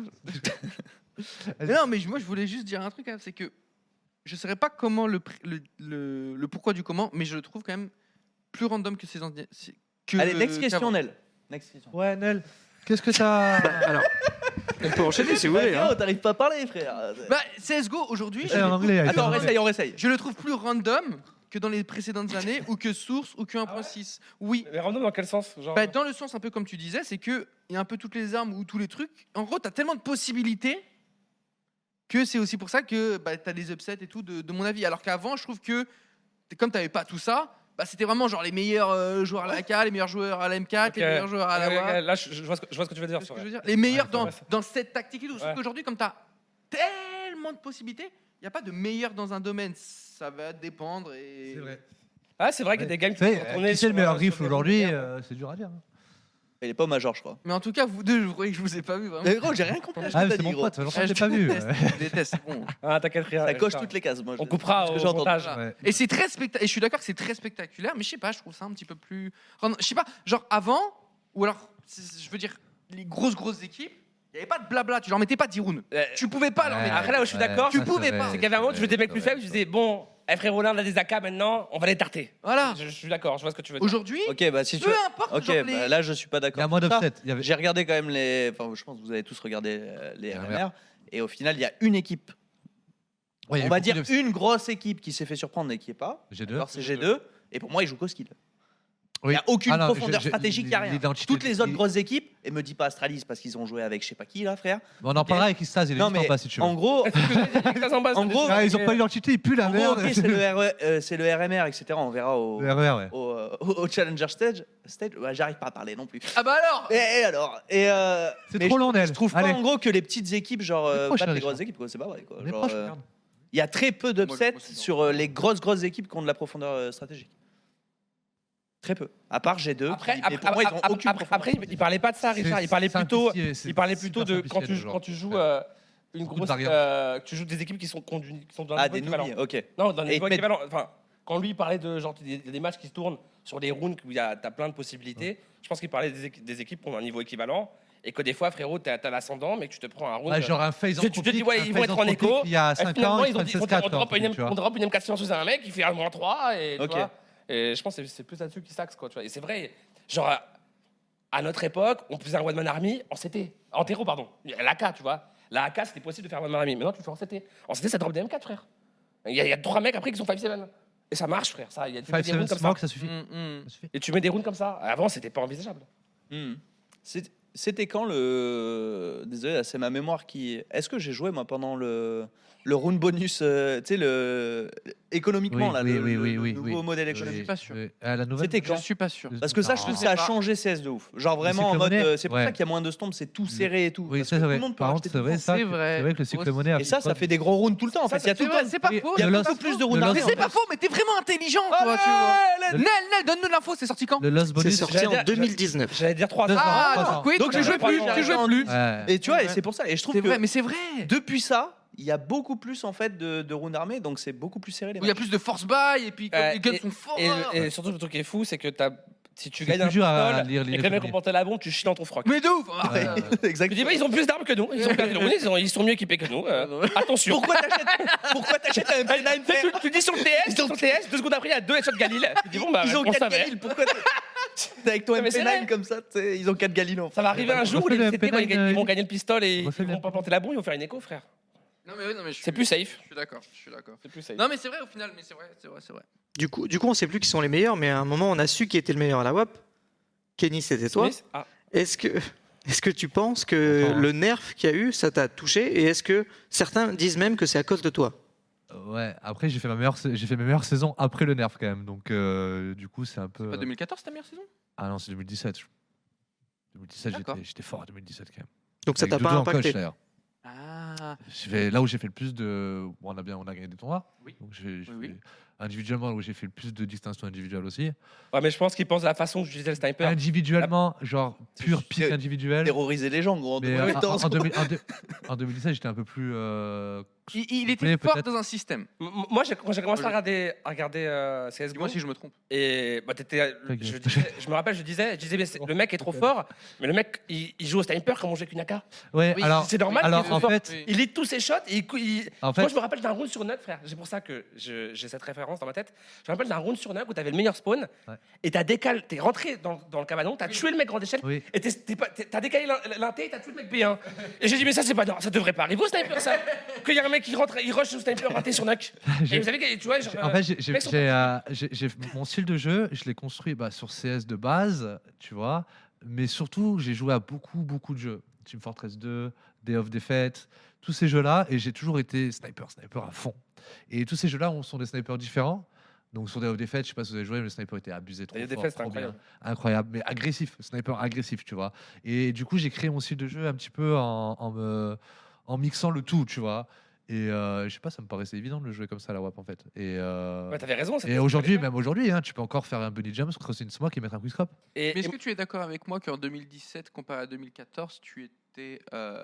Mais non, mais moi, je voulais juste dire un truc, hein, c'est que je ne saurais pas comment le, pr- le, le, le pourquoi du comment, mais je le trouve quand même plus random que ces anciens. que- Allez, next question, qu'avant. Nel. Next question. Ouais, Nel, qu'est-ce que ça. Alors, on peut enchaîner si vous voulez. hein. Oh, t'arrives pas à parler, frère. Bah, C S G O aujourd'hui, je, Eh, en le anglais, elle Attends, on fait- réessaye, on réessaye. je le trouve plus random que dans les précédentes années, ou que Source, ou que un point six. Oui. Mais random dans quel sens genre... Bah, dans le sens un peu comme tu disais, c'est que il y a un peu toutes les armes ou tous les trucs. En gros, tu as tellement de possibilités que c'est aussi pour ça que bah, tu as des upsets et tout, de, de mon avis. Alors qu'avant, je trouve que comme tu n'avais pas tout ça, bah, c'était vraiment genre les meilleurs euh, joueurs à la K, les meilleurs joueurs à la M quatre, Ok. les meilleurs joueurs à la Ouais, W A. ouais, Là, je, je vois ce que, je vois ce que tu veux dire. Tu vois sur- ce que je veux dire, les meilleurs Ouais, dans, ouais, c'est- dans cette tactique et tout. Sauf Ouais. qu'aujourd'hui, comme tu as tellement de possibilités, il n'y a pas de meilleur dans un domaine. Ça va dépendre. Et... C'est vrai. Ah, c'est vrai qu'il y a des games Tu sais, sont euh, tournés qui c'est le sur, meilleur euh, riff sur des aujourd'hui rounds de euh, C'est dur à dire. hein. Il est pas au major, je crois. Mais en tout cas, vous deux, je croyais que je vous ai pas vu vraiment. Mais gros, j'ai rien compris. à ce que Ah, t'as c'est dit, mon gros. pote, ça fait longtemps Ah, que je je l'ai pas vu. déteste, ouais. je déteste, bon. Ah, t'inquiète, rien. Ça coche rien. toutes les cases. Moi, je- On coupera ce que au j'ai entendu. montage. Voilà. Ouais. Et c'est très specta- et je suis d'accord que c'est très spectaculaire, mais je sais pas, je trouve ça un petit peu plus. Je sais pas, genre avant, ou alors, c'est- je veux dire, les grosses grosses équipes, il y avait pas de blabla, tu leur mettais pas dix rounds. Euh, Tu pouvais pas leur Ouais, mettre. Après, là où je suis ouais, d'accord, tu ça, pouvais c'est pas. vrai, c'est qu'il y avait un moment où tu veux des mecs c'est plus vrai, faibles, je c'est disais, bon, eh, frérot, là, on a des A K maintenant, on va les tarter. Voilà. Je, je suis d'accord, je vois ce que tu veux dire. Aujourd'hui, Ok, bah si tu peu veux. importe. Ok, genre, bah, les- là je suis pas Il y a d'accord. moins sur ça. d'upset. Il y avait- J'ai regardé quand même les. Enfin, je pense que vous avez tous regardé euh, les R R M M R. R. Et au final, il y a une équipe. Ouais, il y a On va beaucoup dire d'upset. une grosse équipe qui s'est fait surprendre et qui est pas. G deux. Alors c'est G deux. Et pour moi, ils jouent qu'au skill. Oui. Il n'y a aucune Ah non, profondeur j'ai- j'ai- stratégique, il n'y a rien. l'identité- Toutes les autres il- grosses équipes, et me dis pas Astralis parce qu'ils ont joué avec je sais pas qui là, frère. On en parlera avec Istaz, il est Non, juste en mais bas si tu veux. en gros, Ça s'en passe, En gros, Ah, ils ont pas l'identité, ils puent la en gros, merde. ok, c'est le, R E- euh, c'est le R M R, et cetera. On verra au, Le R E R, ouais. au, euh, au- au Challenger Stage. stage ouais, J'arrive pas à parler non plus. Ah bah alors. Et, et alors et euh, C'est mais trop je- long, Nel. Je trouve Allez. pas en gros que les petites équipes, genre, On est euh, proche, battent là, les Richard. grosses équipes, quoi. C'est pas vrai, quoi. On est Genre, proche, euh, regarde. Il y a très peu d'upsets Moi, je considère. sur euh, les grosses grosses équipes qui ont de la profondeur euh, stratégique. Très peu. À part G deux. Après, qui- après, mais pour moi, ils ont après, aucune après, profondeur. après, il il parlait pas de ça, Richard. Il C'est- parlait c'est plutôt, simplifié, c'est il parlait plutôt super de quand simplifié, tu, ce quand genre. tu joues Ouais. euh, une Beaucoup de grosse, variantes. euh, tu joues des équipes qui sont, qui ont du- qui sont dans le Ah, niveau des équivalent. noobies, ok. Non, dans le Et niveau ils te équivalent. Enfin, quand lui il parlait de genre des, des matchs qui se tournent sur des rounds où il y a t'as plein de possibilités, je pense qu'il parlait des, équi- des équipes qui ont un niveau équivalent et que des fois, frérot, t'as as l'ascendant, mais que tu te prends un round. Ouais, genre un phase Tu- tu te dis, ouais, un ils vont phase être en écho. anthropique, Il y a Et cinq finalement, ans, ils ils ont prennent dit, seize on, quatre. drop une, tu vois. on drop une M quatre sous un mec, il fait un moins trois et tu Ok. vois. Et je pense que c'est- c'est plus là-dessus qu'ils s'axent, quoi. Tu vois. Et c'est vrai, genre, à, à notre époque, on faisait un One Man Army en C T. En terreau, pardon. L'A K, tu vois. La A K, c'était possible de faire un One Man Army. Maintenant, tu le fais en C T. En C T, ça drop des M quatre, frère. Il y, a- il y a trois mecs après qui sont cinq sept. Et ça marche, frère. Ça, il y a tu mets Five des Seven rounds comme ça. Smoke, ça suffit. Mm, mm. Ça suffit. Et tu mets des rounds comme ça. Avant, c'était pas envisageable. Hmm. C'est- C'était quand le. Désolé, là, c'est ma mémoire qui. Est-ce que j'ai joué, moi, pendant le, le round bonus, euh, tu sais, le... économiquement, Oui, là, oui, le, oui, le- oui, le oui, nouveau oui. modèle Je économique. suis pas sûr. Oui. Euh, la nouvelle. C'était Je quand suis pas sûr. Parce que ça, je trouve que ça a pas. changé C S de ouf. Genre vraiment cycle en mode. monnaie, euh, c'est pour ouais. ça qu'il y a moins de stompes, c'est tout serré et tout. Oui, Parce ça que c'est tout vrai. le monde peut Par racheter contre, c'est tout le vrai, temps. ça. C'est que- vrai. C'est vrai que le cycle monnaie. a Et ça, fait ça fait des gros rounds tout le temps. En fait, il y a tout le C'est vrai, temps. c'est pas Oui, faux. le c'est Lost- pas Beaucoup plus faux. de rounds le armés, Lost- Mais c'est pas faux, mais t'es vraiment intelligent, toi, tu vois. Nel, Nel, donne-nous l'info, c'est sorti quand Le Lost C'est Bonus. sorti j'allais en dire- deux mille dix-neuf. J'allais dire trois Deux ans. ans. Ah, trois donc ans. oui, Donc, tu j'ai jouais joué plus, trois tu ans. jouais plus. Ouais. Et tu vois, et Ouais. c'est pour ça. Et je trouve C'est que vrai, mais c'est vrai. depuis ça, il y a beaucoup plus en fait de, de rounds armés, donc c'est beaucoup plus serré les Où il y a matchs. plus de force buy et puis comme Euh, les guns et- sont forts. Et, le- et surtout, le truc qui est fou, c'est que t'as- si tu C'est gagnes un plus dur à pistol lire et que les mecs l'économie. ont porté la bombe, tu chies dans ton froc. Mais de ouf. Ah, Ouais. euh, Tu dis, Exactement. bah, ils ont plus d'armes que nous. Ils, ont plus de rounds, ils, ont- ils sont mieux équipés que nous. euh, attention. Pourquoi t'achètes Pourquoi t'achètes un M P neuf, Tu, sais, frère tu, tu dis sur le T S, sur le T S, deux secondes après, il y a deux headshots Galil. Tu dis, bon, bah, Ils ont on quatre savait. Galil. Pourquoi t'es- t'es avec ton Non, mais M P c'est neuf vrai. comme ça, tu sais, ils ont quatre Galil en fait. Ça va arriver un jour où Refais les le C T, quand ils, M P neuf, gagnent- ils vont euh, gagner le pistolet et ils refais le vont pas planter la bombe, ils vont faire une écho, frère. Non mais oui, non mais je C'est suis- plus safe. Je suis d'accord, je suis d'accord. C'est plus safe. Non mais c'est vrai au final, mais c'est vrai, c'est vrai, c'est vrai. Du coup, du coup, on sait plus qui sont les meilleurs, mais à un moment, on a su qui était le meilleur à la W A P. Kenny, c'était toi. Smith, ah. Est-ce que, est-ce que tu penses que Attends, hein. le nerf qu'il y a eu, ça t'a touché? Et est-ce que certains disent même que c'est à cause de toi? Ouais, après j'ai fait ma meilleure sa- j'ai fait mes meilleures saisons après le nerf quand même. Donc euh, du coup, c'est un peu Pas deux mille quatorze ta meilleure saison? Ah non, c'est deux mille dix-sept. deux mille dix-sept, D'accord. j'étais j'étais fort en deux mille dix-sept quand même. Donc ça Avec t'a pas Doudou en coach, impacté? d'ailleurs. Ah. J'ai fait- là où j'ai fait le plus de bon, on a bien on a gagné des tournois. Oui. Donc j'ai j'ai Oui, fait- oui. individuellement où j'ai fait le plus de distinctions individuelles aussi. Ouais, mais je pense qu'ils pensent à la façon que j'utilisais le sniper. Individuellement, genre pur pic C'est- individuel. Terroriser les gens, gros. Mais en euh, même temps, en, en deux mille en deux- en deux mille dix-sept, j'étais un peu plus euh, Il, il était soufflé, fort peut-être. dans un système. M- Moi, j'ai- quand j'ai commencé à Ouais. regarder, à regarder euh, C S G O, Dis-moi si je me trompe. et bah, t'étais- Ok. je, disais- je me rappelle, je disais, je disais mais c'est- le mec est trop fort, mais le mec, il, il joue au sniper comme on joue avec une A K. Ouais, Oui, alors c'est normal alors qu'il en soit fait, Oui. Il lit tous ses shots et il, cou- il- en Moi, fait je me rappelle d'un round sur Nug, frère. C'est pour ça que je- j'ai cette référence dans ma tête. Je me rappelle d'un round sur Nug où t'avais le meilleur spawn Ouais. et t'as décalé, t'es rentré dans, dans le cabanon, t'as tué le mec grande échelle oui. et t'es- t'es pas- t'es- t'as décalé l'in- l'inté et t'as tué le mec B un. Et j'ai dit, mais ça, c'est pas non, ça devrait pas arriver au sniper, ça. Qu'il y a un mec qui rentre, il rush au sniper raté sur Nug. J'ai- Et vous savez, que, tu vois, genre, En fait, j'ai- j'ai- mecs sont j'ai euh, j'ai- j'ai- mon style de jeu, je l'ai construit bah, sur C S de base, tu vois, mais surtout, j'ai joué à beaucoup, beaucoup de jeux. Team Fortress deux, Day of Defeat, tous ces jeux-là, et j'ai toujours été sniper, sniper à fond. Et tous ces jeux-là on- sont des snipers différents. Donc sur Day of Defeat, je sais pas si vous avez joué, mais le sniper était abusé trop Day of fort, Defeat, c'était trop bien. incroyable. Incroyable, mais agressif, sniper agressif, tu vois. Et du coup, j'ai créé mon style de jeu un petit peu en, en me, en mixant le tout, tu vois. Et euh, je sais pas, ça me paraissait évident de le jouer comme ça à la W A P en fait. Et, euh, Ouais, t'avais raison. c'était- et aujourd'hui, même aujourd'hui, hein, tu peux encore faire un bunny jump, crosser une smoke et mettre un quickscope. Et, Mais est-ce et- que tu es d'accord avec moi qu'en deux mille dix-sept, comparé à deux mille quatorze, tu étais euh,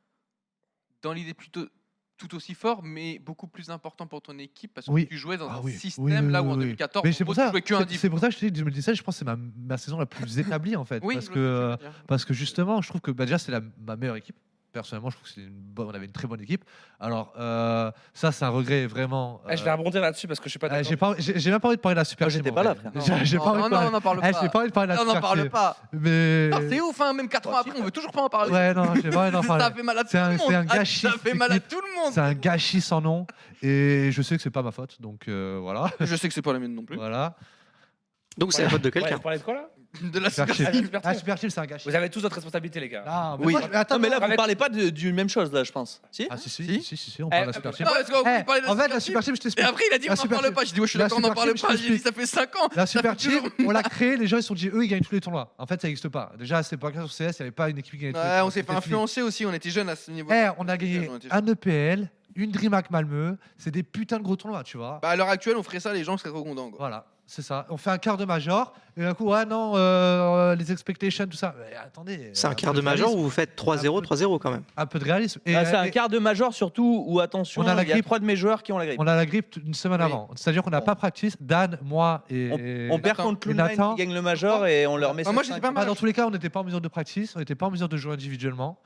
dans l'idée plutôt tout aussi fort, mais beaucoup plus important pour ton équipe parce que Oui. tu jouais dans Ah un oui, système oui, oui, là où oui, en oui. deux mille quatorze, Mais en c'est gros, pour tu ça, jouais que un c'est- div. c'est pour ça que je te dis deux mille dix-sept, je pense que c'est ma, ma saison la plus établie en fait. Oui, parce je que, vois ce que euh, tu veux dire. parce que justement, je trouve que bah, déjà, c'est la- ma meilleure équipe. Personnellement, je trouve que c'est une bonne, on avait une très bonne équipe. Alors, euh, ça, c'est un regret vraiment. Ah, je vais euh, rebondir là-dessus parce que je suis pas euh, d'accord. j'ai pas, j'ai j'ai même pas envie de parler de la super Moi, team. j'étais en pas fait. là, frère. J'ai j'ai pas envie non, de non, parler. on n'en parle Eh, pas. j'ai pas envie de parler de la On n'en super parle team. pas. Mais Putain, c'est ouf, hein, même quatre ans après, on veut toujours pas en parler. ouais, non, j'ai pas envie d'en Ça parler. fait mal à tout C'est un- le c'est un monde. Ah, gâchis, Ça fait mal à l'équipe. tout le monde. C'est un gâchis sans nom. Et je sais que c'est pas ma faute, donc euh, voilà. Je sais que c'est pas la mienne non plus. Voilà. Donc c'est la faute de Ouais, quelqu'un. vous parlez de quoi là? De la Super super team. Ah, super Ah, team. super team, c'est un gâchis. Vous avez tous votre responsabilité, les gars. Non, mais Oui. moi, je- attends, Non, mais là, vous avec- parlez pas de- du même chose, là, je pense. Si Ah, si, si, Si. si, si, si, on Eh, parle de la euh, super team. Non, parce qu'on Eh, parlait de en fait, la team. super team, je Et t'explique. après, il a dit La on n'en super parle team- pas. J'ai dit ouais, je suis la d'accord, on n'en super parle team, pas. je J'ai dit t'explique. ça fait cinq ans. La super Ça fait team, toujours- on l'a créé, les gens ils se sont dit, eux ils gagnent tous les tournois. En fait, ça n'existe pas. Déjà, à cette époque-là sur C S, il n'y avait pas une équipe qui gagnait tous les Ouais, tournois. on s'est fait C'était fini. influencer aussi, on était jeunes à ce niveau. Eh, on a gagné On était un E P L, une DreamHack Malmö, c'est des putains de gros tournois, tu vois. Bah, à l'heure actuelle, on ferait ça, les gens seraient trop contents. quoi. Voilà, c'est ça. On fait un quart de major, et d'un coup, ouais, non, euh, les expectations, tout ça. Mais attendez. C'est un peu quart de major réalisme, où vous faites trois zéro, trois zéro quand même. Un peu de réalisme. Et, Ah, c'est un et quart de major surtout où, attention, On a la il y a grippe. trois de mes joueurs qui ont la grippe. on a la grippe une semaine Oui. avant. C'est-à-dire qu'on n'a Bon. pas practice. Dan, moi et. On, et- on perd Nathan. contre Et Cloud Nathan. qui gagne le major et on leur met Ah, moi, ça j'étais cinq. pas Ah, mal. dans tous les cas, on n'était pas en mesure de practice, on n'était pas en mesure de jouer individuellement.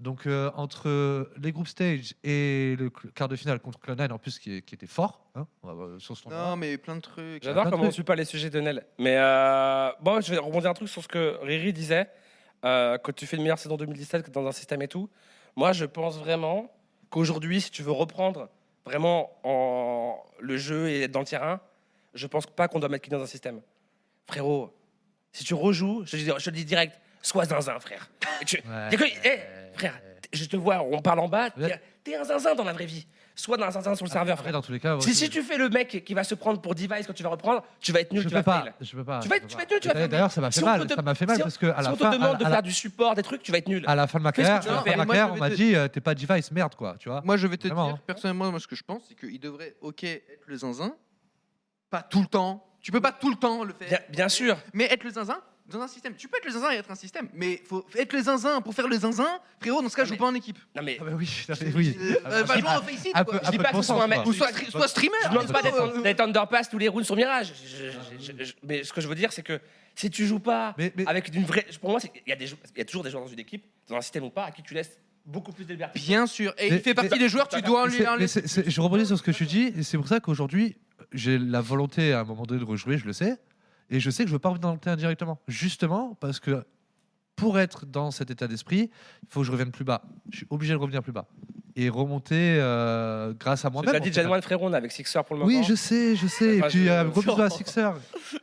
Donc, euh, entre les group stage et le cl- quart de finale contre Cloud nine, en plus, qui, est- qui était fort, hein, on va voir sur ce tournoi. Non, mais plein de trucs. J'adore plein de comment on trucs. suit pas les sujets de Nel. Mais euh, bon, je vais rebondir un truc sur ce que Riri disait. Euh, quand tu fais une meilleure saison deux mille dix-sept dans un système et tout, moi je pense vraiment qu'aujourd'hui, si tu veux reprendre vraiment en le jeu et être dans le terrain, je pense pas qu'on doit mettre qui dans un système. Frérot, si tu rejoues, je te dis, je te le dis direct, sois zinzin, frère. Et tu- Ouais. t'es que- eh, frère, t- je te vois, on parle en bas, Ouais. t'es t'es un zinzin dans la vraie vie. Sois dans un zinzin sur le serveur, Après, frère. dans tous les cas, Si, ouais, si tu fais le mec qui va se prendre pour device quand tu vas reprendre, tu vas être nul, je tu peux vas pas, fail. je peux pas. Tu vas je être- peux tu pas. vas être nul, tu vas faire D'ailleurs, ça m'a fait Si on mal. te- Ça m'a fait mal si on- parce que à Si la on te fin, demande à de la- faire du support, des trucs, tu vas être nul. à la fin de ma Fais ce que carrière, tu veux à la fin faire. de ma Moi, je carrière, on vais m'a te- dit euh, t'es pas device, merde quoi, tu vois. Moi, je vais te Vraiment, dire, hein. personnellement, moi, ce que je pense, c'est qu'il devrait, ok, être le zinzin, pas tout le temps. Tu peux pas tout le temps le faire. Bien, bien sûr. Mais être le zinzin dans un système. Tu peux être le zinzin et être un système, mais faut être le zinzin pour faire le zinzin. Frérot, dans ce cas, Ah, joue mais- pas en équipe. Non mais Ah bah oui, non, mais oui. Euh, va jouer en face it, Un quoi. peu- je un dis peu pas de que bon ce soit sens, un mec quoi. Ou soit, soit streamer. je demande pas mais d'être euh, d'être underpass tous les rounds sur Mirage. Je- je- je- je- mais ce que je veux dire, c'est que si tu joues pas Mais- mais- avec une vraie, pour moi, c'est- il y a des jou- il y a toujours des joueurs dans une équipe, dans un système ou pas, à qui tu laisses beaucoup plus de liberté. Bien sûr. Et Mais- il fait partie mais- des joueurs, tu dois en Mais lui c'est- en mais laisser. c'est- c'est- je rebondis sur ce que tu dis, et c'est pour ça qu'aujourd'hui, j'ai la volonté à un moment donné de rejouer, je le sais, et je sais que je veux pas revenir dans le terrain directement. Justement, parce que pour être dans cet état d'esprit, il faut que je revienne plus bas. Je suis obligé de revenir plus bas. Et remonter euh, grâce à Tu moi-même. l'as en dit fait. Gen one frérot, on est avec Sixer pour le moment. Oui, je sais, je sais. Et Enfin, puis, je- euh, gros bisous à Sixer.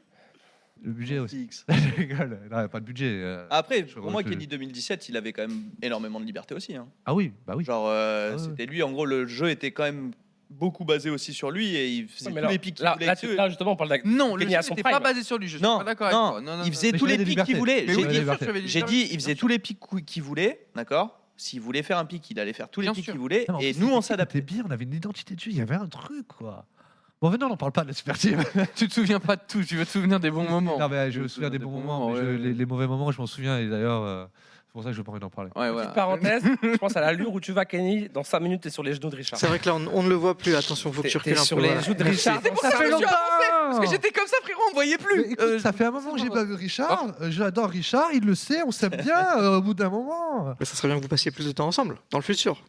Le budget aussi. Je rigole. Non, il y a pas de budget. euh. Après, Je pour moi, refuse. Kenny deux mille dix-sept, il avait quand même énormément de liberté aussi. hein. Ah oui, bah oui. Genre, euh, Ah ouais. c'était lui, en gros, le jeu était quand même beaucoup basé aussi sur lui et il faisait Ouais, mais tous là, les pics qu'il là, voulait. là, avec tu- eux. là, justement, on parle d'un. Non, le Kenny jeu à son n'était prime. pas basé sur lui. Je suis Non, pas d'accord avec non, toi. Non, non, il non. faisait Mais tous il les avait des pics qu'il libertés. voulait. Mais J'ai oui, des bien sûr, libertés. tu avais des J'ai libertés. dit, il faisait tous les pics cou- qu'il voulait, d'accord. S'il voulait faire un pic, il allait faire tous les Bien pics sûr. qu'il voulait. Non, mais en Et plus, nous, on l'équipe s'adaptait. était bien, on avait une identité de jeu, il y avait un truc, quoi. Bon, maintenant, on n'en parle pas de la super team. Tu te souviens pas de tout, tu veux te souvenir des bons moments. Non, mais je Tu me veux souviens te des bons souvenir moments, mais je- ouais. les, les mauvais moments, je m'en souviens. Et d'ailleurs, euh, c'est pour ça que je n'ai pas envie d'en parler. Ouais, Petite voilà. parenthèse, je pense à l'allure où tu vas, Kenny, dans cinq minutes, t'es sur les genoux de Richard. C'est vrai que là, on, on ne le voit plus. Attention, faut que T'es- tu t'es recules un sur peu. les voilà. joues de Merci. Richard. C'est pour ça Ça que fait je me suis avancé, longtemps. Parce que j'étais comme ça, frérot, on me voyait Mais plus. écoute, Euh, ça fait un moment que j'ai pas vu Richard. euh, J'adore Richard, il le sait, on s'aime bien euh, au bout d'un moment. Mais ça serait bien que vous passiez plus de temps ensemble, dans le futur.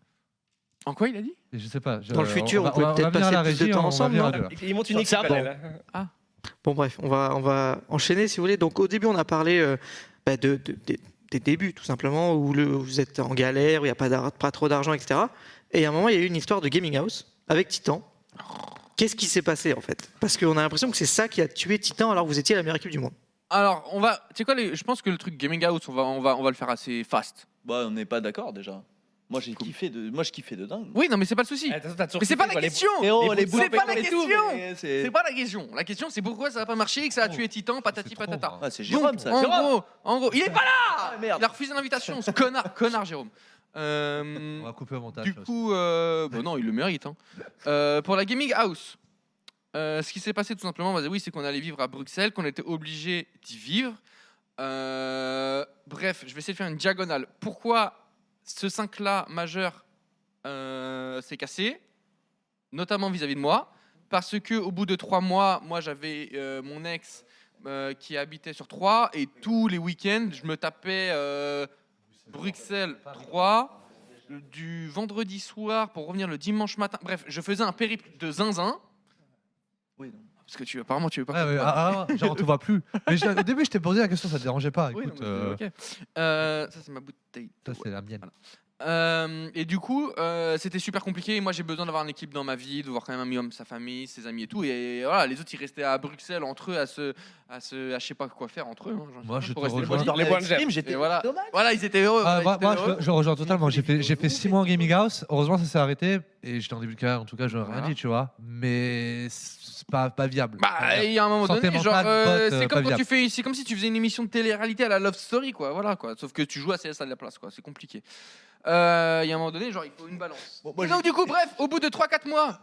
En quoi il a dit Et je sais pas. je- Dans le futur, va- on pouvait va- peut-être va venir à la passer plus de régie, temps on va ensemble, venir non à deux, là. Il monte une équipe. Ça, bon. elle, elle. Bon, bref, on va, on va enchaîner si vous voulez. Donc, au début, on a parlé euh, bah, de, de- de- des débuts, tout simplement, où, le, où vous êtes en galère, où il n'y a pas, d'ar- pas trop d'argent, et cetera. Et à un moment, il y a eu une histoire de Gaming House avec Titan. Qu'est-ce qui s'est passé, en fait? Parce qu'on a l'impression que c'est ça qui a tué Titan alors que vous étiez la meilleure équipe du monde. Alors, on va. Tu sais quoi, les- je pense que le truc Gaming House, on va, on va, on va le faire assez fast. Bah, on n'est pas d'accord déjà. Moi, j'ai kiffé de, moi, je kiffais de dingue. Oui, non, mais c'est pas le souci. Eh, t'as- t'as toujours Mais c'est pas kiffé, la quoi, les- question. Et oh, les les bouts C'est de pas la pétrole et tout, question. mais c'est- C'est pas la question. La question, c'est pourquoi ça n'a pas marché et que ça a tué Titan, patati C'est trop, patata. hein. Ah, c'est Jérôme, Donc, ça. en Jérôme. gros, en gros, il est pas là. Ah, merde. Il a refusé l'invitation. Ce connard, connard, Jérôme. Euh, On va couper au montage. Du ça aussi. coup, euh, bah non, il le mérite. hein. Euh, pour la Gaming House, euh, ce qui s'est passé tout simplement, bah, oui, c'est qu'on allait vivre à Bruxelles, qu'on était obligé d'y vivre. Euh, bref, je vais essayer de faire une diagonale. Pourquoi ce cinq-là majeur euh, s'est cassé, notamment vis-à-vis de moi, parce que au bout de trois mois, moi j'avais euh, mon ex euh, qui habitait sur Troyes et tous les week-ends, je me tapais euh, Bruxelles trois du vendredi soir pour revenir le dimanche matin. Bref, je faisais un périple de zinzin. Oui, non. Parce que tu apparemment tu veux pas. Ouais, qu'on ouais, te voit. ah, ah, genre, on te voit plus. Mais je- au début, je t'ai posé la question, ça te dérangeait pas. Oui, Écoute, non, mais, euh, ok. Euh, ça c'est ma bouteille. ça, c'est la mienne. Euh, et du coup, euh, c'était super compliqué. Moi, j'ai besoin d'avoir une équipe dans ma vie, de voir quand même un minimum sa famille, ses amis et tout. Et voilà, les autres, ils restaient à Bruxelles entre eux, à se, à se, à je sais pas quoi faire entre eux. hein, Moi, je pour te rester rejoins. poli. Dans les bois de Stream, Et j'étais voilà. dommage. Voilà, ils étaient heureux. Ah, voilà, moi, ils moi, étaient heureux. je, je rejoins totalement. J'ai fait, j'ai fait six mois en Gaming House. Heureusement, ça s'est arrêté. Et j'étais en début de carrière, en tout cas, je n'aurais rien Voilà. dit, tu vois. Mais c'est pas, pas viable. Pas Bah, viable. il y a un moment Santé donné, genre, mentale, euh, pote, c'est euh, comme pas quand viable. tu fais, c'est comme si tu faisais une émission de télé-réalité à la Love Story, quoi. Voilà, quoi. Sauf que tu joues à C S à la place, quoi. C'est compliqué. Euh, Il y a un moment donné, genre, il faut une balance. Bon, moi, Et donc, du coup, bref, au bout de trois quatre mois,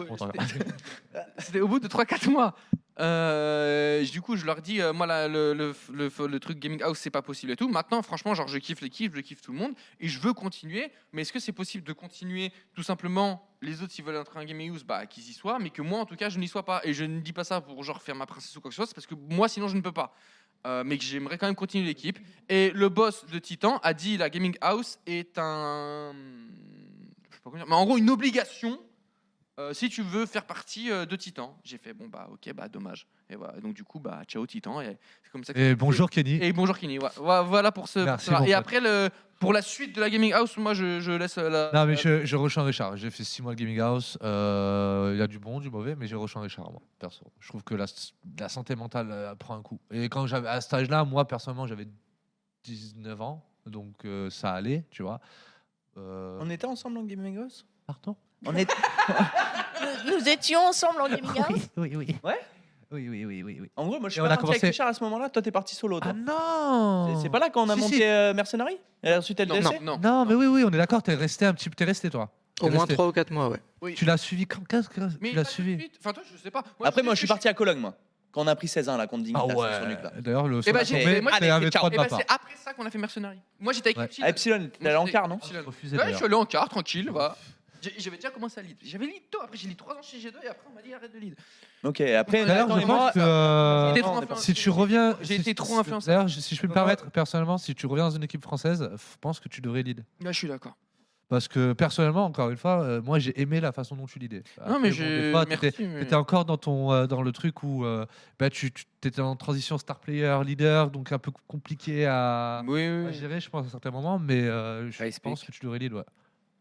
c'était au bout de trois quatre mois. Euh, du coup, je leur dis, euh, moi, la- le, le, le, le truc Gaming House, c'est pas possible et tout. Maintenant, franchement, genre, je kiffe l'équipe, je kiffe tout le monde et je veux continuer. Mais est-ce que c'est possible de continuer tout simplement? Les autres, s'ils veulent entrer en Gaming House, bah, qu'ils y soient, mais que moi, en tout cas, je n'y sois pas. Et je ne dis pas ça pour genre faire ma princesse ou quoi que ce soit, c'est parce que moi, sinon, je ne peux pas. euh, mais que j'aimerais quand même continuer l'équipe. Et le boss de Titan a dit la Gaming House est un. Je sais pas comment dire, mais en gros, une obligation. Euh, si tu veux faire partie euh, de Titan. J'ai fait bon bah ok bah dommage et voilà. Donc du coup bah ciao Titan et c'est comme ça que Et bonjour Kenny. et bonjour Kenny. Ouais. Voilà voilà pour ce Merci, pour ça. mon Et pote. après le pour la suite de la Gaming House moi je, je laisse la Non, mais je, je rejoins Richard. J'ai fait six mois de Gaming House. Euh, Il y a du bon, du mauvais, mais j'ai rejoint Richard, moi, perso. Je trouve que la, la santé mentale euh, prend un coup. Et quand j'avais à cet âge-là, moi, personnellement, j'avais dix-neuf ans, donc euh, ça allait, tu vois. Euh, On était ensemble en Gaming House. Pardon. On est. Nous, nous étions ensemble en gaming house. Oui, oui. Ouais. Oui, oui, oui, oui, oui. En gros, moi je suis Et pas on a parti commencé- avec Richard à ce moment-là. Toi, t'es parti solo. Toi. Ah non. C'est- c'est pas là quand on a Si, monté si. euh, Mercenary et ensuite non, L D C. non non Non, mais oui, oui, on est d'accord. T'es resté un petit, t'es resté toi. T'es Au moins resté. trois ou quatre mois, ouais. oui. Tu l'as suivi quand qu'est-ce que Mais tu l'as pas tout de suivi. suite. Enfin toi je sais pas. Après, je moi, sais je suis que parti à Cologne, moi. Quand on a pris seize ans là contre Dignitas Ah sur Nuke là. ouais. D'ailleurs, le Eh ben, son j'ai- tombé, moi, c'est j'ai- avec trois de Et ma bah part. c'est après ça qu'on a fait Mercenary. Moi j'étais avec Ouais. Epsilon. À Epsilon, t'es allé en quart, non Epsilon. Refusé, Ouais, je d'ailleurs. suis allé en quart, tranquille, voilà. J'ai- J'avais déjà commencé à lead. J'avais lead tôt, après j'ai lead trois ans chez G deux et après on m'a dit arrête de lead. Ok, après, D'ailleurs, Nathan je et moi. pense que euh, J'ai été trop non, on est pas- influencé. si tu reviens, J'ai si- été trop si- influencé. D'ailleurs, je- si je peux me permettre, personnellement, si tu reviens dans une équipe française, je pense que tu devrais lead. Là je suis d'accord. Parce que personnellement, encore une fois, euh, moi j'ai aimé la façon dont tu lidais. Non mais Après, bon, des j'ai. fois, Merci. t'étais- mais- T'étais encore dans ton euh, dans le truc où euh, bah, tu étais en transition star player leader, donc un peu compliqué à, Oui, à oui. gérer, je pense à certains moments, mais euh, je I speak. pense que tu devrais lead, ouais.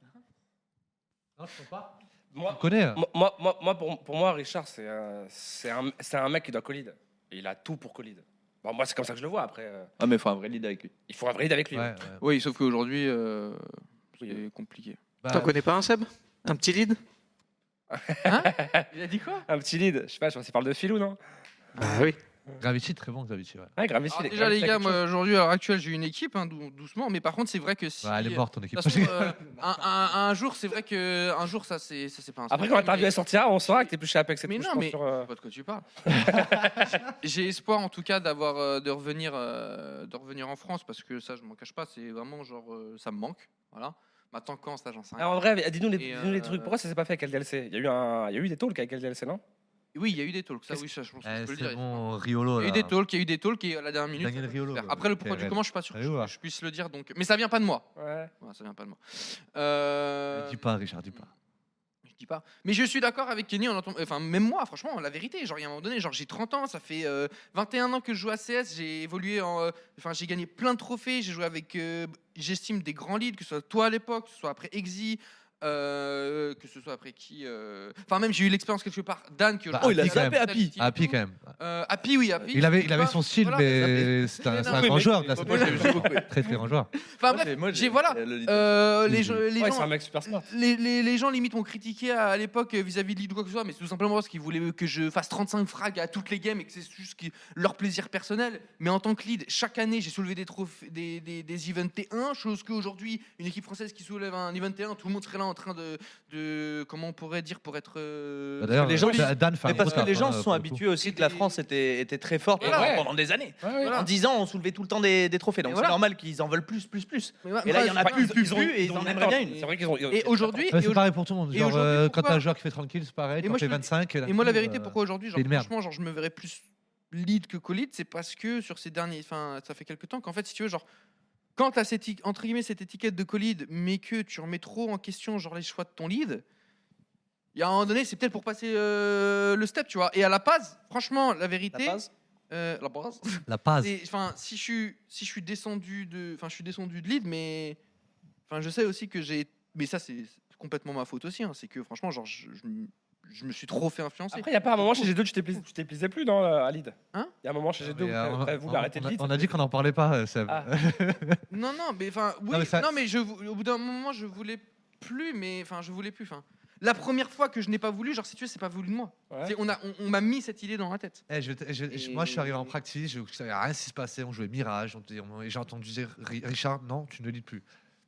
Non, je pense pas. Moi, Tu connais. hein. moi, moi, moi- moi, pour, pour moi, Richard, c'est un, c'est un, c'est un mec qui doit co-lead. Et il a tout pour co-lead. Bon, moi, c'est comme ça que je le vois. Après, euh, Ah, mais faut un vrai lead avec lui. il faut un vrai lead avec lui. Ouais, ouais. Oui, sauf qu'aujourd'hui, euh, Oui. c'est compliqué. Bah, T'en connais pas un, Seb? Un petit lead? Il a dit quoi? Un petit lead. Je sais pas, je pense qu'il parle de Philou, non? Bah oui. Gravity, très bon Gravity. Ouais. Ouais, Gravity. Alors, il est- déjà, les Gravity a gars, quelque chose. moi, aujourd'hui, à l'heure actuelle, j'ai une équipe, hein, dou- doucement, mais par contre, c'est vrai que si. Bah, elle est morte ton équipe. De toute façon, euh, un, un- un jour, c'est vrai que un jour, ça, c'est ça, c'est pas un. Après, secret, quand l'interview mais- elle sortira, on saura que t'es plus chez Apex et Mais tout, je non, pense, mais- sur, euh, Je sais pas de quoi tu parles. J'ai espoir en tout cas d'avoir euh, de revenir euh, de revenir en France parce que ça je m'en cache pas, c'est vraiment genre euh, ça me manque, voilà. Maintenant quand ça j'en sais rien. Alors, en vrai, dis-nous les, Et, dis-nous les euh, trucs. Pourquoi ça s'est pas fait avec L D L C? Il y a eu un, il y a eu des talks avec L D L C, non? Oui, il y a eu des talks, ça Qu'est-ce- oui, ça je pense que Eh, je peux le c'est dire. bon, Riolo. Il y a eu là. des talks, il y a eu des talks et à la dernière minute. Daniel ça peut Riolo, se faire. là, Après le qui pourquoi est du comment, je suis pas sûr que Allez voir. je, je puisse le dire donc mais ça vient pas de moi. Ouais. Ouais, ça vient pas de moi. Euh, Dis pas, Richard, dis pas. Je dis pas. Mais je suis d'accord avec Kenny, on entend... enfin même moi franchement, la vérité, genre il y a un moment donné, genre j'ai trente ans, ça fait euh, vingt et un ans que je joue à C S, j'ai évolué en euh, enfin j'ai gagné plein de trophées, j'ai joué avec euh, j'estime des grands leads, que ce soit toi à l'époque, que ce soit après Exi, euh, que ce soit après qui euh, enfin même j'ai eu l'expérience quelque part Dan que Bah, Oh, il a Happy, quand zappé même. Happy. Happy quand même. euh, Happy oui, Happy. Il avait, tu il avait vois, son style, voilà. mais c'est un, Mais c'est non, un mais grand mec, joueur. Là, moi, c'est j'aime- j'aime beaucoup. très très grand joueur. Enfin Moi, bref, j'ai- moi, j'ai voilà le lead. euh, les Oui, gens oui. les Ouais, gens c'est un mec super smart. les, les, les gens limite m'ont critiqué à, à l'époque euh, vis-à-vis de Lead ou quoi que ce soit, mais c'est tout simplement parce qu'ils voulaient que je fasse trente-cinq frags à toutes les games et que c'est juste qui- leur plaisir personnel. Mais en tant que lead, chaque année, j'ai soulevé des trophées, des, des, des events T un, chose qu'aujourd'hui, une équipe française qui soulève un event T un, tout le monde serait là en train de, de comment on pourrait dire pour être. euh, Bah, D'ailleurs, les gens- Dan- Dan fait un Mais parce gros que les taf, gens hein, se sont pour le coup. habitués aussi Et que la des- France était, était très forte Voilà. pendant- pendant des années. Ouais, ouais. Voilà. En dix ans, on soulevait tout le temps des, des trophées. Donc Et c'est voilà. normal qu'ils en veulent plus, plus, plus. Mais voilà, Et là, il y en a bref, plus, Ils- plus, ils ont- plus, et ils ont en une aimeraient bien attente. une. C'est vrai qu'ils ont. ils ont- Et aujourd'hui, Ouais, et c'est aujourd'hui- pareil pour tout le monde. et Genre, aujourd'hui, euh, quand pourquoi- t'as un joueur qui fait tranquille, c'est pareil. Et T'en moi, fais je te- vingt-cinq. Et moi, la vérité, pourquoi aujourd'hui, genre, c'est une merde. franchement, genre, je me verrais plus lead que co-lead, c'est parce que sur ces derniers, enfin, ça fait quelques temps qu'en fait, si tu veux, genre, quand t'as cette, i- entre guillemets, cette étiquette de co-lead, mais que tu remets trop en question, genre, les choix de ton lead, il y a un moment donné, c'est peut-être pour passer euh, le step, tu vois. Et à la base, franchement, la vérité, La base euh, la base, La passe. c'est- enfin, si je suis, si je suis descendu de, enfin, je suis descendu de lead, mais, enfin, je sais aussi que j'ai, mais ça, c'est complètement ma faute aussi, hein, c'est que franchement, genre, je, je m- je me suis trop fait influencer. Après, il n'y a pas un moment chez G deux, tu t'es plis- tu t'es plaisé plus, non, à lead? Hein? Il y a un moment chez G deux où Mais, euh, t'as t'as voulu on- arrêter de on a- lead. On a dit qu'on n'en parlait pas, euh, Seb. Ah. Non, non, mais enfin, oui, Non, mais ça- non, mais je, vou- au bout d'un moment, je voulais plus, mais enfin, je voulais plus. Enfin, la première fois que je n'ai pas voulu, genre, si tu veux, c'est pas voulu de moi. Ouais. C'est- On a, on, on m'a mis cette idée dans la tête. Eh, je, je- je- Et- Moi, je suis arrivé en practice, je ne savais rien ce qui se passait. On jouait Mirage, on, on- et j'ai entendu dire Ri- Richard, non, tu ne lis plus.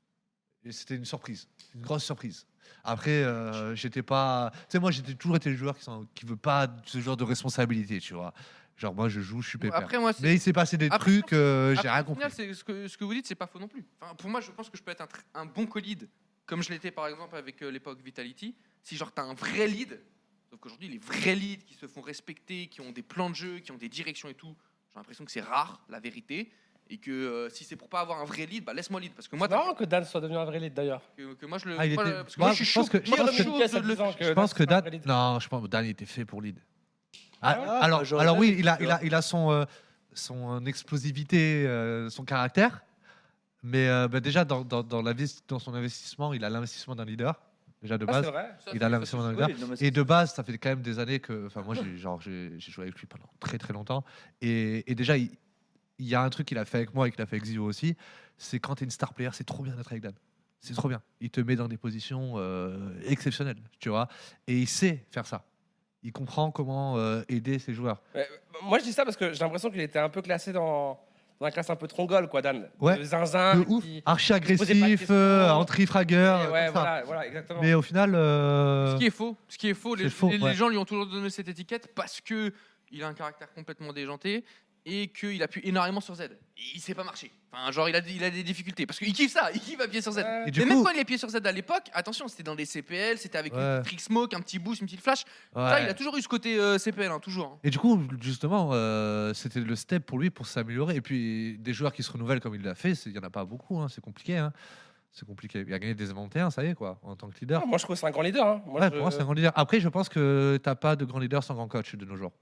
Et c'était une surprise, une grosse surprise. Après, euh, j'étais pas. Tu sais, moi, j'ai toujours été le joueur qui ne qui veut pas de ce genre de responsabilité, tu vois. Genre, moi, je joue, je suis pépère. Après, moi, c'est- Mais il s'est passé des Après, trucs, euh, j'ai Après, rien au compris. final, c'est- ce, que, ce que vous dites, c'est pas faux non plus. Enfin, pour moi, je pense que je peux être un, tr- un bon co-lead, comme je l'étais par exemple avec euh, l'époque Vitality. Si genre t'as un vrai lead, sauf qu'aujourd'hui les vrais leads qui se font respecter, qui ont des plans de jeu, qui ont des directions et tout, J'ai l'impression que c'est rare, la vérité. Et que euh, si c'est pour pas avoir un vrai lead, bah laisse-moi lead. Parce que moi, C'est marrant que Dan soit devenu un vrai lead d'ailleurs. que, que moi je le. Ah, il moi, était- parce que moi, moi, je suis je chaud. pense que- moi, je pense je suis que- chaud Lucas, de le disant faire. Je pense que Dan, Dan. c'est un lead. Non, je pense que Dan il était fait pour lead. Ah, Ah ouais alors, Ah, j'aurais alors pas oui, dit, il a, tu il a, vois. il a son, euh, son euh, explosivité, euh, son caractère. Mais euh, bah, déjà, dans, dans, dans, l'invest- dans son investissement, il a l'investissement d'un leader. Déjà de Ah, base. c'est vrai. Ça, Il c'est- a ça, l'investissement d'un c'est- leader. Oui, non, mais c'est- Et de base, ça fait quand même des années que. Enfin, moi, j'ai, genre, j'ai, j'ai joué avec lui pendant très très longtemps. Et, et déjà, il, il y a un truc qu'il a fait avec moi et qu'il a fait avec Zio aussi. C'est quand tu es une star player, c'est trop bien d'être avec Dan. C'est trop bien. Il te met dans des positions euh, exceptionnelles, tu vois. Et il sait faire ça. Il comprend comment euh, aider ses joueurs. Mais, euh, moi, je dis ça parce que j'ai l'impression qu'il était un peu classé dans, dans la classe un peu trongole, quoi, Dan. Ouais. Le zinzin. De ouf, qui- archi se posait pas de agressif, questions. euh, anti-fragueur, Ouais, comme ouais, ça. voilà, voilà, exactement. Mais au final, euh, Ce qui est faux, ce qui est faux, les, C'est faux, les- les ouais. gens lui ont toujours donné cette étiquette parce que il a un caractère complètement déjanté et qu'il appuie énormément sur Z. Il sait pas marcher. Enfin, genre il a, des- il a des difficultés parce qu'il kiffe ça, il kiffe appuyer sur Z. Ouais. et du Mais coup, même quand il appuyait sur Z à l'époque, attention, c'était dans des C P L, c'était avec Ouais. une trick smoke, un petit boost, une petite flash. ouais. Ça, il a toujours eu ce côté euh, C P L, hein, toujours. hein. Et du coup, justement, euh, c'était le step pour lui pour s'améliorer. Et puis, des joueurs qui se renouvellent comme il l'a fait, c'est- il n'y en a pas beaucoup. hein, c'est compliqué. hein. C'est compliqué. Il a gagné des M vingt et un, ça y est, quoi, en tant que leader. Ah, moi, je trouve que c'est un grand leader. Hein. Moi, Ouais, je- pour moi, c'est un grand leader. Après, je pense que tu n'as pas de grand leader sans grand coach de nos jours.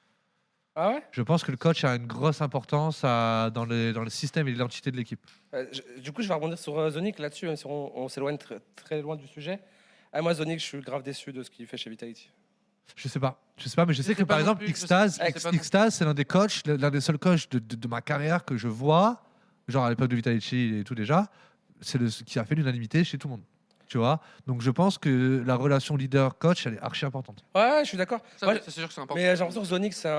Ah ouais. Je pense que le coach a une grosse importance à- dans, le, dans le système et l'identité de l'équipe. Euh, je- du coup, je vais rebondir sur euh, Zonic là-dessus, même si on, on s'éloigne très, très loin du sujet. Ah, moi, Zonic, je suis grave déçu de ce qu'il fait chez Vitality. Je sais pas. Je sais pas, mais je Je sais sais que pas par non exemple, plus, je sais- Xtase, je sais X- pas non Xtase, c'est l'un des coachs, l'un des seuls coachs de, de- de ma carrière que je vois, genre à l'époque de Vitality et tout déjà, c'est le qui a fait l'unanimité chez tout le monde. Tu vois. Donc je pense que la relation leader-coach, elle est archi importante. Ouais, ouais, je suis d'accord. Ça, Moi, ouais, c'est sûr que c'est important. mais euh, j'ai l'impression que Zonic, c'est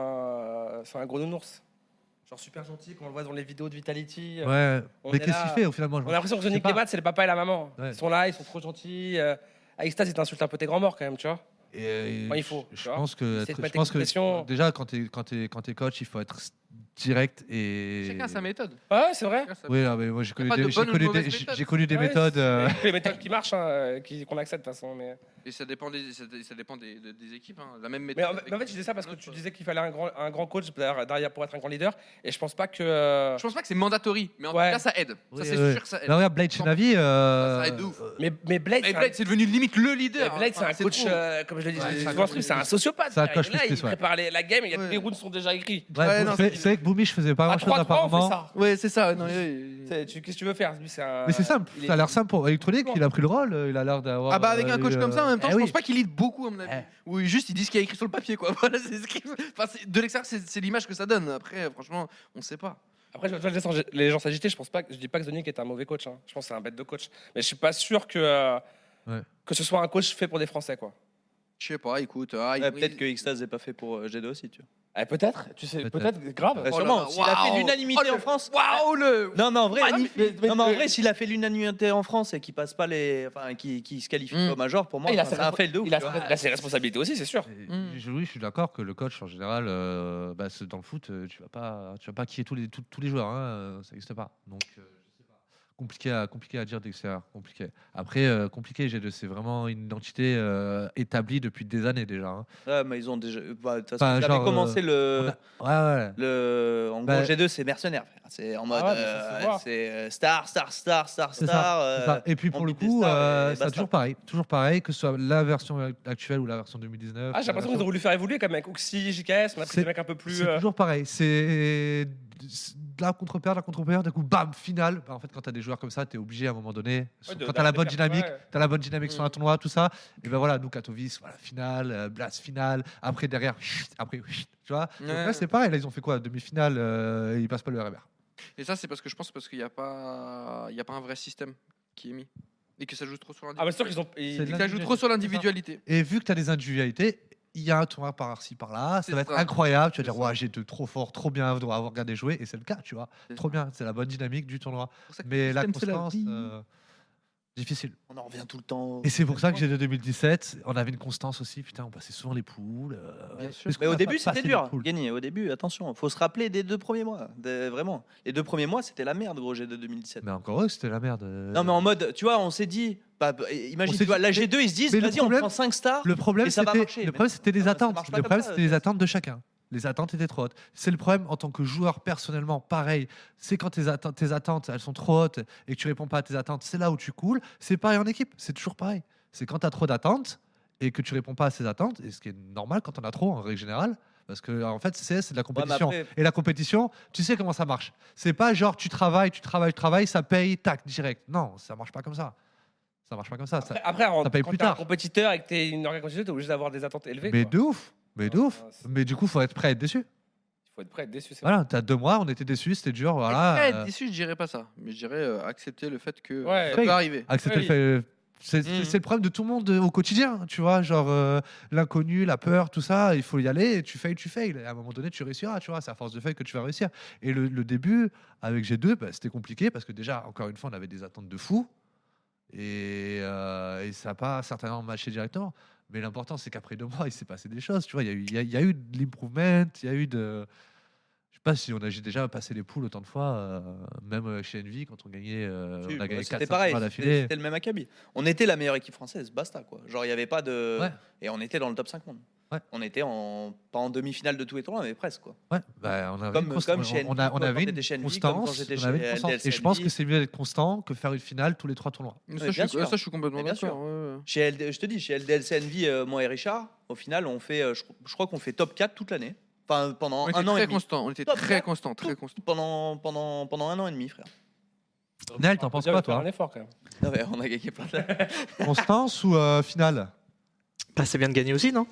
un, c'est un gros nounours. Genre super gentil, comme on le voit dans les vidéos de Vitality. Ouais. on Mais est qu'est-ce là. qu'il fait au final moi, je On a l'impression que je sais Zonic pas. et Matt, c'est le papa et la maman. Ouais. Ils sont là, ils sont trop gentils. Euh, avec Stas, ils t'insultent un peu tes grands-morts quand même, tu vois. Et Quand il faut, Je, tu je vois. pense que, Essayer de être- je mettre pense que l'expression. déjà quand tu es quand t'es quand t'es coach, il faut être direct et. Chacun sa méthode. Ouais, c'est vrai. Chacun sa Oui, non, mais moi j'ai connu, pas de des, j'ai bonne ou de connu, mauvaise des, j'ai- méthode. j'ai connu des Ouais, méthodes. c'est- euh, Les méthodes qui marchent, hein, euh, qui- qu'on accepte de toute façon. Mais, Et ça dépend des, ça, ça dépend des, des- des équipes. hein. La même mais, méthode. en, avec mais en fait, je disais ça parce que une tu autre. disais qu'il fallait un grand, un grand coach derrière derrière pour être un grand leader. Et je pense pas que. euh, Je pense pas que c'est mandatory, mais en Ouais. tout cas, ça aide. Oui, ça, c'est oui. sûr que ça aide. Là, regarde, Blade Chenavi. Euh, Ça aide de ouf. euh, Mais, mais Blade, Et c'est un- Blade, c'est devenu limite le leader. Mais Blade, hein. c'est un coach, trop. euh, comme je le dis, Ouais, je c'est un souvent coach ce truc, c'est un sociopathe. C'est un gars. coach Il est là, plus il plus, ouais. prépare les- la game, il y a Ouais. tous les rounds sont déjà écrits. Ouais, Ouais, bon, non, c'est c'est- c'est vrai que Boumi, je faisais pas À grand chose trois à trois, part on fait moment. ça. Ouais, c'est ça. Non, mais- C'est- tu- Qu'est-ce que tu veux faire lui, c'est un- Mais c'est simple, il est- ça a l'air simple pour Electronic, il a pris le rôle, euh, il a l'air d'avoir. Ah bah avec un euh, coach eu, comme ça en même temps, eh je oui. pense pas qu'il lead beaucoup à mon avis. Eh. Ou juste il dit ce qu'il y a écrit sur le papier quoi. Voilà, c'est ce qui- enfin, c'est- de l'extérieur c'est c'est l'image que ça donne. Après franchement, on sait pas. Après, je vois les gens- les gens s'agiter. Je pense pas, que- je dis pas que Zonic est un mauvais coach. hein. Je pense que c'est un bête de coach. Mais je suis pas sûr que euh, Ouais. que ce soit un coach fait pour des Français, quoi. Je sais pas, écoute, ah, il- Ouais, peut-être il- que Xtase n'est pas fait pour euh, G deux aussi, tu vois. Eh, peut-être, tu sais, Peut-être. peut-être, grave. Ouais, Oh sûrement, là là, s'il a fait waouh. l'unanimité Oh, le- en France. Waouh le Non, mais en vrai, Magnifique. non, mais en vrai, s'il a fait l'unanimité en France et qu'il passe pas les, enfin, qu'il qu'il se qualifie Mm. pas au major, pour moi, Ah, il a enfin, ses c'est un respo- fail de ouf. il a tu vois. ses- il a ses responsabilités aussi, c'est sûr. Et Mm. je- Oui, je suis d'accord que le coach en général, euh, bah, c'est- dans le foot, euh, tu vas pas, tu vas pas quiller tous les tous, tous les joueurs, hein, euh, ça n'existe pas. Donc euh, je sais pas. Compliqué à compliqué à dire d'extérieur, compliqué. Après euh, compliqué, G deux, c'est vraiment une identité euh, établie depuis des années déjà. hein. Ouais, mais ils ont déjà. Bah, de toute façon, Enfin, ils avaient genre, commencé le. On a- Ouais, ouais. Le, en Bah- gros, G deux, c'est mercenaire. frère. C'est en mode. ouais, mais ça se euh, voit. c'est euh, star, star, star, star, C'est star. ça, c'est euh, ça. Et puis on pour le bute des coup, stars euh, et ça a basta. toujours pareil, toujours pareil, que ce soit la version actuelle ou la version deux mille dix-neuf. Ah, j'ai la l'impression qu'ils version- ont voulu faire évoluer comme avec Oxy, J K S, on a pris C'est- des mecs un peu plus. C'est euh, toujours pareil. C'est de la contre-paire, de la contre-paire, d'un coup, bam, finale. Bah, en fait, quand tu as des joueurs comme ça, tu es obligé à un moment donné. Ouais, de- quand tu as la bonne d'appliquer, dynamique, ouais. tu as la bonne dynamique sur un Mm. tournoi, tout ça. Et ben voilà, nous, Katowice, voilà, finale, euh, Blast, finale. Après, derrière, chut, après, chut, tu vois. Donc Ouais. là, c'est pareil. Là, ils ont fait quoi Demi-finale, euh, ils passent pas le R M R. Et ça c'est parce que je pense parce qu'il y a pas il y a pas un vrai système qui est mis et que ça joue trop sur Ah, mais c'est sûr qu'ils ont. C'est ils- de Et que ça joue trop sur l'individualité. Et vu que tu as des individualité, il y a un tournoi par-ci, par-là. Ça C'est va être ça. incroyable. Tu vas C'est dire, ça. ouais, j'ai de trop fort, trop bien, je dois avoir regardé jouer. Et c'est le cas, tu vois. C'est Trop bien. C'est la bonne dynamique du tournoi. C'est pour ça que Mais le la système, c'est la constance, vie. euh, difficile. On en revient tout le temps. Et c'est pour ça que j'ai de deux mille dix-sept, on avait une constance aussi. Putain, on passait souvent les poules. euh, Bien sûr. parce Mais qu'on au a début, pas c'était passé les dur. poules. Gagner au début, attention. Faut se rappeler des deux premiers mois. Des- vraiment. Les deux premiers mois, c'était la merde, gros, G deux deux mille dix-sept. Mais encore eux, c'était la merde. euh. Non, mais en mode, tu vois, on s'est dit. Bah, bah, imagine, On s'est tu vois, dit- la G deux, ils se disent, mais le vas-y, on problème- prend cinq stars. Le problème, et ça va c'était marcher. le Mais problème, c'était les ça attentes. marche pas Le comme problème, ça, c'était les ça- attentes de chacun. Les attentes étaient trop hautes. C'est le problème en tant que joueur personnellement. Pareil, c'est quand tes attentes, tes attentes elles sont trop hautes et que tu réponds pas à tes attentes, c'est là où tu coules. C'est pareil en équipe, c'est toujours pareil. C'est quand tu as trop d'attentes et que tu réponds pas à ces attentes, et ce qui est normal quand on a trop en règle générale. Parce que en fait, c'est c'est de la compétition. Ouais, après... Et la compétition, tu sais comment ça marche. C'est pas genre tu travailles, tu travailles, tu travailles, ça paye, tac, direct. Non, ça marche pas comme ça. Ça marche pas comme ça. Après, ça... après en- ça paye quand plus t'es un tard. compétiteur et que t'es une organisation, t'es obligé d'avoir des attentes élevées. Mais quoi. de ouf. Mais de Ouais, ouf. ouais, c'est- Mais du coup, faut être prêt à être déçu. Il faut être prêt à être déçu. c'est Voilà, t'as deux mois, on était déçus, c'était dur. Voilà. Après, euh, être déçu, je dirais pas ça. Mais je dirais euh, accepter le fait que Ouais. ça Oui. peut arriver. accepter Oui. le fait. C'est c'est- Mhm. c'est le problème de tout le monde euh, au quotidien, tu vois, genre euh, l'inconnu, la peur, tout ça, il faut y aller, et tu failles, tu failles. Et à un moment donné, tu réussiras, tu vois, c'est à force de fail que tu vas réussir. Et le, le début, avec G deux, bah, c'était compliqué parce que déjà, encore une fois, on avait des attentes de fou, et, euh, et ça n'a pas certainement matché directement. Mais l'important, c'est qu'après deux mois, il s'est passé des choses, tu vois, il y a eu, il y a- il y a eu de l'improvement, il y a eu de... Je sais pas si on a j'ai déjà passé les poules autant de fois, euh, même euh, chez Envy, quand on gagnait, euh, Si, on a gagné c'était quatre pareil, fois c'était d'affilée. c'était le même acabit. On était la meilleure équipe française, basta quoi. Genre il y avait pas de Ouais. et on était dans le top cinq monde. Ouais. On était en pas en demi-finale de tous les tournois mais presque quoi. Ouais, bah, on avait Comme- une const- comme on- chez on, a- Envy, on quoi, avait quand une t'étais chez Envy, comme quand constance. j'étais on avait chez une constance. L D L Et je pense C N V. que c'est mieux d'être constant que faire une finale tous les trois tournois. Mais ça, Ouais, je bien suis, sûr. ça, je suis complètement Mais bien d'accord. ouais, ouais. Chez L D je te dis chez L D L C N V euh, moi et Richard, au final on fait euh, je, je crois qu'on fait top quatre toute l'année. Enfin pendant On était un an et très demi. constant. On était Top très quatre, constant, très tout- constant. Pendant pendant pendant un an et demi frère. Nel, t'en penses Faut quoi, faire toi un effort quand même. Non, mais on a gagné plein de... Constance ou euh, finale Bah, c'est bien de gagner aussi, non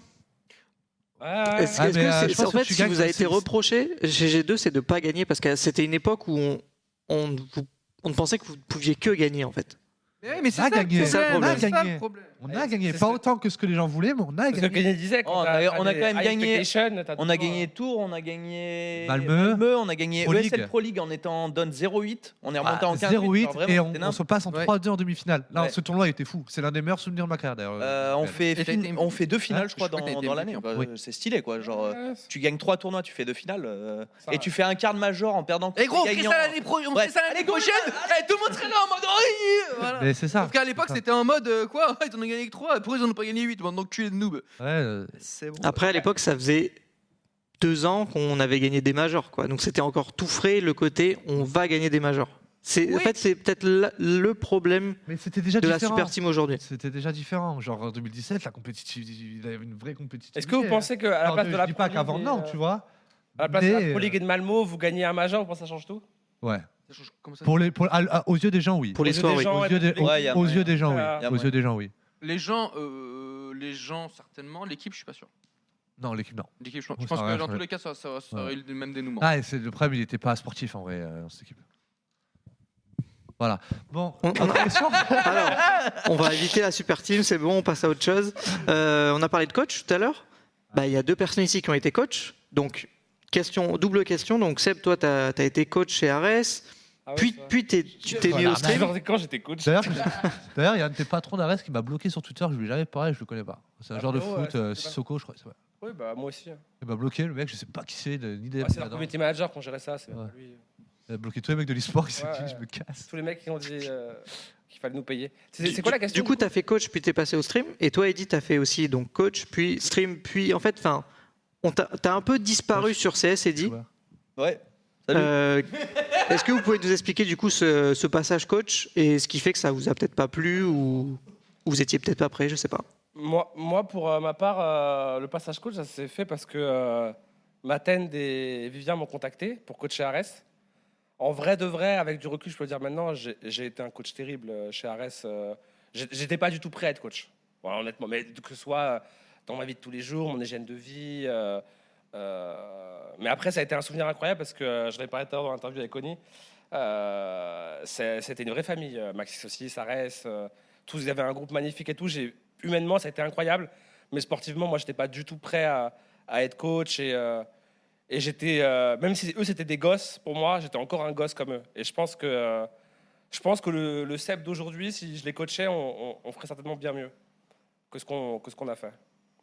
Ouais, ouais. Est-ce Ah, est-ce mais, que euh, c'est- je pense en que fait, tu ce qui gagnes vous a quand été c'est- reproché chez G deux, c'est de pas gagner parce que c'était une époque où on, on, vous- on ne pensait que vous ne pouviez que gagner en fait. Mais, mais c'est On a ça, le gagné. C'est ça le problème, problème. c'est ça gagné. le problème. On Ouais, a gagné, c'est pas ce- autant que ce que les gens voulaient, mais on a Parce que gagné. Kenny disait, quand Oh, on a- t'as- on a t'as quand même des gagné- high expectations, t'as On tout a le temps, gagné Tours, on a gagné Malmö, on a gagné Pro E S L League. Pro League en étant donne zéro huit. On est remonté en quinze. zéro huit genre vraiment, et on, c'était on nimp. se passe en Ouais. trois deux en demi-finale. Là, Ouais. ce tournoi était fou. C'est l'un des meilleurs souvenirs de ma carrière d'ailleurs. Euh, on, fait Et t'as fin- été on fait deux finales, Hein, je crois, je crois dans, que t'as été dans M V P, l'année. en Bah, Oui. C'est stylé, quoi. Genre, euh, Ouais, tu gagnes trois tournois, tu fais deux finales, euh, Ça et va. tu fais un quart de major en perdant. Et gros, on les ferait gagnants. ça l'année pro- on Ouais. ferait ça l'année Allez, go, prochaine. Eh, tout le monde serait là en mode oui, voilà. Mais c'est ça. Parce qu'à l'époque, c'était en mode euh, quoi ils en ont gagné que trois. Pourquoi ils en ont pas gagné huit? Donc tu es de noob. Ouais, euh, C'est bon. Après, à l'époque, ça faisait deux ans qu'on avait gagné des majors, quoi. Donc c'était encore tout frais le côté on va gagner des majors. C'est en Oui. fait c'est peut-être la- le problème mais c'était déjà de la différent. super team aujourd'hui. C'était déjà différent. Genre en deux mille dix-sept, la compétitivité, il y avait une vraie compétitivité. Est-ce que vous pensez qu'à la Alors, place je de la dis pas Pro qu'avant, League et, non, euh, tu vois. à la place de la Mais, Pro League et de Malmo, vous gagnez un major, vous pensez que ça change tout? Ouais. Ça change- comment ça Pour les, pour, à- à- aux yeux des gens, oui. Pour Aux yeux l'histoire, des oui. gens, Aux et yeux de des, public. aux- Ouais, y a aux moyen. yeux des gens, oui. Y a Aux moyen. yeux des gens, oui. Les gens, euh, les gens certainement. L'équipe, je suis pas sûr. Non, l'équipe, non. L'équipe, je pense, Oui, je pense ça que aurait dans changé. tous les cas, ça, ça, ça Ouais. aurait eu le même dénouement. Ah, et c'est le problème, il n'était pas sportif en vrai euh, dans cette équipe. Voilà. Bon, On- on- autre question Alors, on va éviter la super team, c'est bon, on passe à autre chose. Euh, on a parlé de coach tout à l'heure. Bah, il y a deux personnes ici qui ont été coach. Donc, question, double question. Donc, Seb, toi, tu as été coach chez Ares. Ah ouais, Puis, c'est vrai. puis t'es- tu t'es mis Voilà, au Ah, stream. genre, quand j'étais coach. D'ailleurs, d'ailleurs, il y a un de tes patrons d'Ares qui m'a bloqué sur Twitter, je lui ai jamais parlé, je le connais pas. C'est un Ah, joueur de frérot, foot, ouais, c'est- euh, c'est pas- Sissoko, je crois. c'est vrai. Oui, bah moi aussi. hein. Il m'a bloqué, le mec, je sais pas qui c'est, de- ni des. Ouais, c'est leur community manager quand gérait ça. C'est Ouais. lui. Il a bloqué tous les mecs de l'e-sport, il s'est Ouais, dit, ouais. je me casse. Tous les mecs qui ont dit euh, qu'il fallait nous payer. C'est Du- c'est quoi la du- question Du coup, tu as fait coach, puis tu es passé au stream. Et toi, Eddy, tu as fait aussi donc, coach, puis stream. Puis, en fait, enfin, on t'a t'as un peu disparu Ouais. sur C S, Eddy. Ouais. Ouais. Salut. Euh, Est-ce que vous pouvez nous expliquer du coup ce, ce passage coach et ce qui fait que ça vous a peut-être pas plu ou, ou vous étiez peut-être pas prêt, je sais pas. Moi, moi, pour euh, ma part, euh, le passage coach, ça s'est fait parce que euh, Matend et Vivien m'ont contacté pour coacher Ares. En vrai de vrai, avec du recul, je peux le dire maintenant, j'ai j'ai été un coach terrible euh, chez Ares. euh, j'ai- J'étais pas du tout prêt à être coach, voilà, honnêtement. Mais que ce soit euh, dans ma vie de tous les jours, mon hygiène de vie. euh, euh, mais après, ça a été un souvenir incroyable parce que euh, je l'ai parlé tout à l'heure dans l'interview avec Connie. Euh, c'est- C'était une vraie famille. euh, Maxis aussi, Ares, euh, tous ils avaient un groupe magnifique et tout. J'ai humainement, ça a été incroyable. Mais sportivement, moi, j'étais pas du tout prêt à, à être coach. Et, euh, et j'étais, euh, même si eux, c'était des gosses, pour moi, j'étais encore un gosse comme eux. Et je pense que, euh, je pense que le, le Seb d'aujourd'hui, si je les coachais, on, on- on ferait certainement bien mieux que ce qu'on que ce qu'on a fait.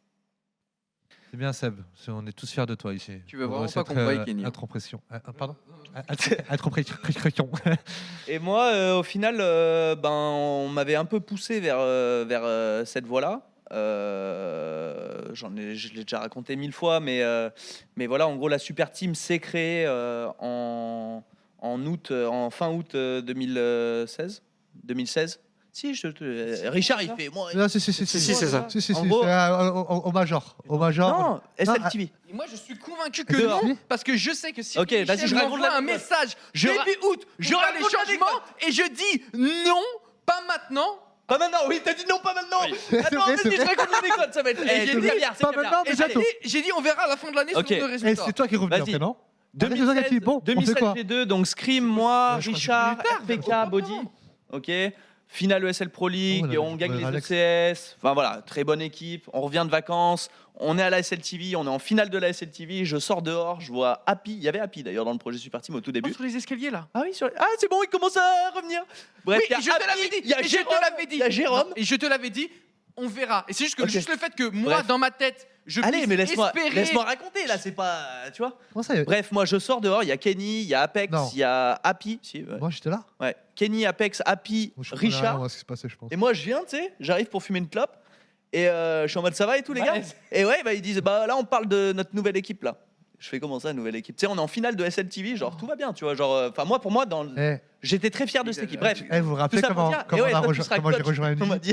C'est bien, Seb. C'est- On est tous fiers de toi ici. Tu veux On vraiment doit pas être, qu'on paye euh, Kenny, hein. Être en pression. Euh, euh, Pardon Être être en pression. Et moi, euh, au final, euh, ben, on m'avait un peu poussé vers, euh, vers euh, cette voie-là. Euh, j'en ai, je l'ai déjà raconté mille fois, mais, euh, mais voilà, en gros, la Super Team s'est créée euh, en, en, août, en fin août euh, deux mille seize. deux mille seize. Si, je te... euh, Richard, il fait. Moi, Non, si, si, si, Si, si, c'est ça. Si, si, En si, gros- c'est, euh, au, au- au Major. Au Major. non, S L Non, T V. Et moi, je suis convaincu que Dehors. non, parce que je sais que si Ok, vas-y, je raconte m'envoie un l'anecdote. message Je début ra- août, je je les raconte changements, et je dis non, pas maintenant. Pas maintenant, oui, t'as dit non, pas maintenant. C'est Attends, vrai, vas-y, c'est je vrai. raconte l'anecdote, ça va être. Et Eh, j'ai c'est dit, caviar, c'est pas caviar. maintenant, mais Et j'ai bientôt. dit, j'ai dit, on verra à la fin de l'année Ok. selon le Et résultat. c'est toi qui reviens Vas-y. après, non deux mille Ah, c'est toi qui- seize, bon, on fait deux mille seize quoi G deux, donc Scream, moi, Ouais, je crois que Richard, c'est plus P tard, K, Body. Ok. Finale E S L Pro League, Oh, on a- on gagne on a les Alex. E C S. Enfin voilà, très bonne équipe. On revient de vacances. On est à la S L T V, on est en finale de la S L T V. Je sors dehors, je vois Happy. Il y avait Happy d'ailleurs dans le projet Super Team au tout début. Sur les escaliers là. Ah oui, sur... ah c'est bon, il commence à revenir. Bref, Oui, il y a et je te Happy, l'avais dit. il y a et je Jérôme, te l'avais dit. il y a Jérôme. Non, Et je te l'avais dit. On verra. Et c'est juste que Ok. juste le fait que moi Bref. dans ma tête, je Allez, puisse mais laisse-moi espérer. laisse-moi raconter là, c'est pas. Tu vois. Comment ça y est Bref, moi je sors dehors, il y a Kenny, il y a Apex, Non. il y a Happy. Si, ouais. Moi, j'étais là. Ouais. Kenny, Apex, Happy, Moi, je comprenais rien, Richard. moi, ce qui se passait, je pense. Et moi je viens, tu sais, j'arrive pour fumer une clope. Et euh, je suis en mode ça va et tout les gars. Ouais. Et ouais, bah, ils disent bah là on parle de notre nouvelle équipe là. Je fais comment ça, nouvelle équipe? Tu sais, on est en finale de S L T V, genre tout va bien, tu vois. Genre, enfin moi pour moi, dans, le- Eh, j'étais très fier de cette équipe. Bref. eh, vous vous rappelez Tout ça pour comment, dire- comment, et ouais, on a toi, tu rejoint- seras comment j'ai coach. rejoint On m'a Andy dit.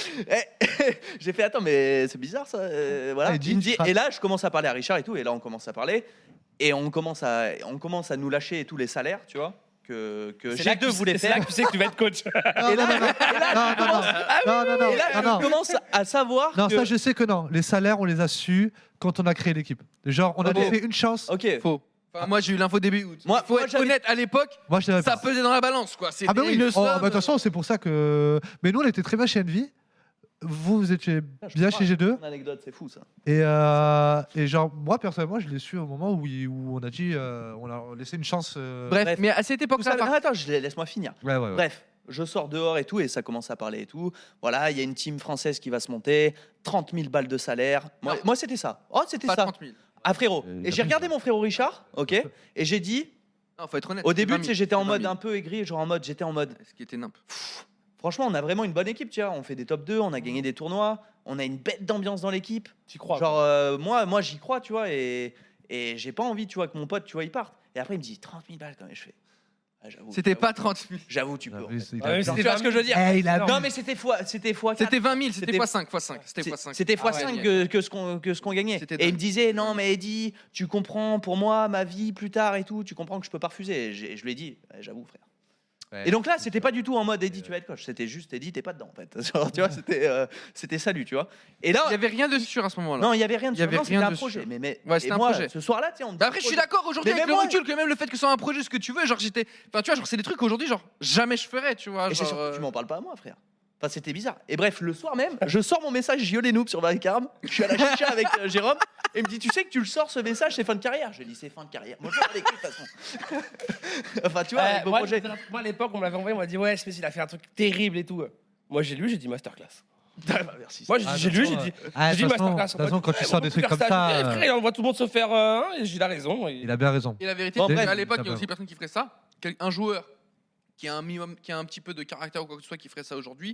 Eh, j'ai fait attends mais c'est bizarre ça. euh, voilà. Ah, Andy, Il me tu dit- seras- et là je commence à parler à Richard et tout et là on commence à parler et on commence à on commence à nous lâcher tous les salaires, tu vois, que que C'est là G que deux tu- voulait c'est faire. là que tu sais que tu vas être coach. Non, Et non, là- non, non, et là, non, non, non, non, non, non, Et là non, je non. commence à savoir Non, que ça, je sais que non. Les salaires, on les a su quand on a créé l'équipe. Genre, on Ok. avait fait une chance. OK. Faux. Enfin, moi j'ai eu l'info début août. Moi- Il faut moi, être j'avais- honnête, à l'époque, Moi, je t'avais ça pas. pesait dans la balance quoi. C'était Ah, bah oui. une Oh, somme, bah, de toute façon, c'est pour ça que. Mais nous, on était très bien chez Envy. Vous, vous étiez bien chez G deux. Une anecdote, c'est fou ça. Et, euh, et genre, moi, personnellement, je l'ai su au moment où, il- où on a dit. euh, on a laissé une chance. euh, Bref, Bref. mais à cette Tout époque-là, ça- par- Ah, attends, je laisse-moi finir. Ouais, ouais, ouais. Bref, je sors dehors et tout, et ça commence à parler et tout. Voilà, il y a une team française qui va se monter, trente mille balles de salaire. Moi, Non. moi, c'était ça. Oh, c'était pas ça. trente mille. Ah, frérot. Euh, Et j'ai regardé mon frérot Richard, ok, et j'ai dit, Non, faut être honnête. au c'est début, vingt tu sais, mille, j'étais en c'est vingt mode mille. un peu aigri, genre en mode, j'étais en mode, Ce qui était nimp. franchement, on a vraiment une bonne équipe, tu vois. On fait des top deux, on a gagné des tournois, on a une bête d'ambiance dans l'équipe. Tu crois? Genre, euh, moi, moi j'y crois, tu vois, et, et j'ai pas envie, tu vois, que mon pote, tu vois, il parte. Et après, il me dit trente mille balles quand même. Je fais, ah, j'avoue. C'était j'avoue, pas trente mille. J'avoue, tu Il a peux. en vu, fait. il a Ouais, mais vu. Genre, c'était tu vois ce que je veux dire? Eh, il a Non, vu. mais c'était fois, c'était fois quatre. C'était vingt mille, c'était C'était- fois cinq, fois cinq. C'était C'est- fois cinq. C'était fois Ah ouais, cinq ouais. que, que ce qu'on que ce qu'on gagnait. C'était Et il dingue. me disait non mais Eddie, tu comprends pour moi ma vie plus tard et tout, tu comprends que je peux pas refuser. Et j'ai- je lui ai dit, ouais, j'avoue frère. Ouais. Et donc là, c'était pas du tout en mode Eddie, tu vas être coach. C'était juste Eddie, t'es pas dedans en fait. Genre, tu vois, c'était euh, c'était salut, tu vois. Et là, Il y avait rien de sûr à ce moment-là. non, il y avait rien de il y avait non, c'était rien un de projet. sûr. Mais mais Ouais, et c'était un moi, projet. ce soir-là, tu sais, on me dit Bah après, je suis d'accord aujourd'hui Mais avec même le moi- recul que même le fait que ce soit un projet, ce que tu veux, genre j'étais. Enfin, tu vois, genre c'est des trucs aujourd'hui, genre jamais je ferais, tu vois. Et c'est genre, surtout que euh, tu m'en parles pas à moi, frère. Enfin, c'était bizarre. Et bref, le soir même, je sors mon message Gio les noobs sur Vacarme. Je suis à la chicha avec euh, Jérôme. Et il me dit, tu sais que tu le sors ce message, c'est fin de carrière. Je lui dis, c'est fin de carrière. Moi, je vais avec lui, de toute façon. Enfin, tu vois, Ouais, avec vos moi, projets. moi, à l'époque, on me l'avait envoyé, on m'a dit ouais, Smith, il a fait un truc terrible et tout. Moi, j'ai lu, j'ai dit masterclass. Ah, bah, merci. Moi, j'ai Ah, j'ai de lu, toute j'ai façon, dit, Ah, j'ai de dit toute façon, masterclass. de toute façon, quand tu sors des trucs comme Eh, ça, euh, frère, on voit tout le monde se faire. euh, hein, et j'ai la raison. et- il a bien raison. Et la vérité, Bon, c'est bref. qu'à l'époque, il y a T'as aussi personne qui ferait ça. Quel- Un joueur qui a un minimum, qui a un petit peu de caractère ou quoi que ce soit, qui ferait ça aujourd'hui.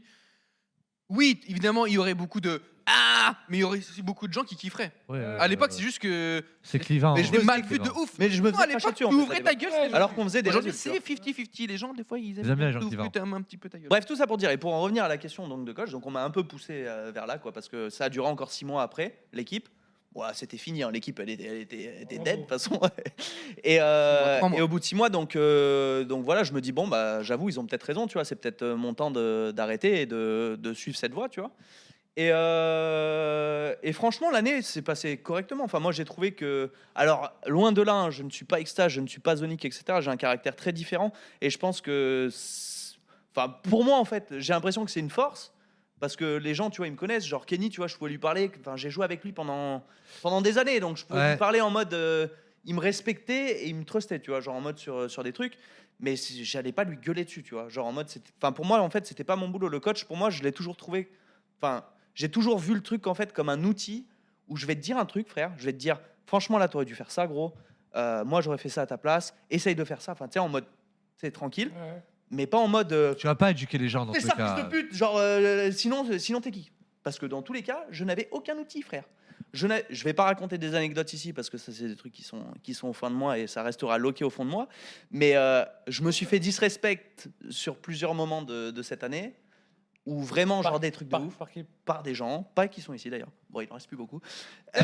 Oui, évidemment, il y aurait beaucoup de ah, mais il y aurait aussi beaucoup de gens qui kifferaient. Ouais, euh, À l'époque, c'est juste que C'est clivant. Mais je c'était me mal faisais vu de ouf. Mais je me Moi, à faisais cracher l'époque, dessus, tu en fait, à ouvrais ta l'époque. gueule. c'était- Alors qu'on faisait des Aujourd'hui, résultats. c'est cinquante cinquante. Les gens, des fois, ils Ils aiment bien les gens t'ouvrent qui vendent. que t'aimes un petit peu ta gueule. Bref, tout ça pour dire, et pour en revenir à la question donc, de coach, donc on m'a un peu poussé euh, vers là, quoi, parce que ça a duré encore six mois après, l'équipe. Ouais, c'était fini, hein, l'équipe elle était, elle était, elle était dead de toute façon. et, euh, Trois mois. et au bout de six mois, donc, euh, donc voilà, je me dis, bon, bah, j'avoue, ils ont peut-être raison, tu vois, c'est peut-être euh, mon temps de- d'arrêter et de, de suivre cette voie, tu vois. Et, euh, et franchement, l'année s'est passée correctement. Enfin, moi, j'ai trouvé que. Alors, loin de là, hein, je ne suis pas extase, je ne suis pas zonique, et cetera. J'ai un caractère très différent. Et je pense que. c'est- Enfin, pour moi, en fait, j'ai l'impression que c'est une force. Parce que les gens, tu vois, ils me connaissent. Genre, Kenny, tu vois, je pouvais lui parler. Enfin, j'ai joué avec lui pendant, pendant des années. Donc, je pouvais Ouais. lui parler en mode. euh, il me respectait et il me trustait, tu vois, genre en mode sur, sur des trucs. Mais c'est- j'allais pas lui gueuler dessus, tu vois. Genre en mode. c'était- Enfin, pour moi, en fait, c'était pas mon boulot. Le coach, pour moi, je l'ai toujours trouvé. Enfin. J'ai toujours vu le truc en fait comme un outil où je vais te dire un truc, frère. Je vais te dire, franchement, là, t'aurais dû faire ça, gros. Euh, moi, j'aurais fait ça à ta place. Essaye de faire ça. Enfin, tu sais, en mode, c'est tranquille, Ouais. mais pas en mode. euh, Tu vas pas éduquer les gens dans Fais ce ça, cas. fils de pute. Genre, euh, sinon, sinon t'es qui parce que dans tous les cas, je n'avais aucun outil, frère. Je ne vais pas raconter des anecdotes ici parce que ça, c'est des trucs qui sont, qui sont au fond de moi et ça restera loqué au fond de moi. Mais euh, je me suis fait disrespect sur plusieurs moments de, de cette année où vraiment, Par- genre des trucs de par- ouf, par qui par des gens, pas qui sont ici d'ailleurs. Bon, il en reste plus beaucoup. Euh,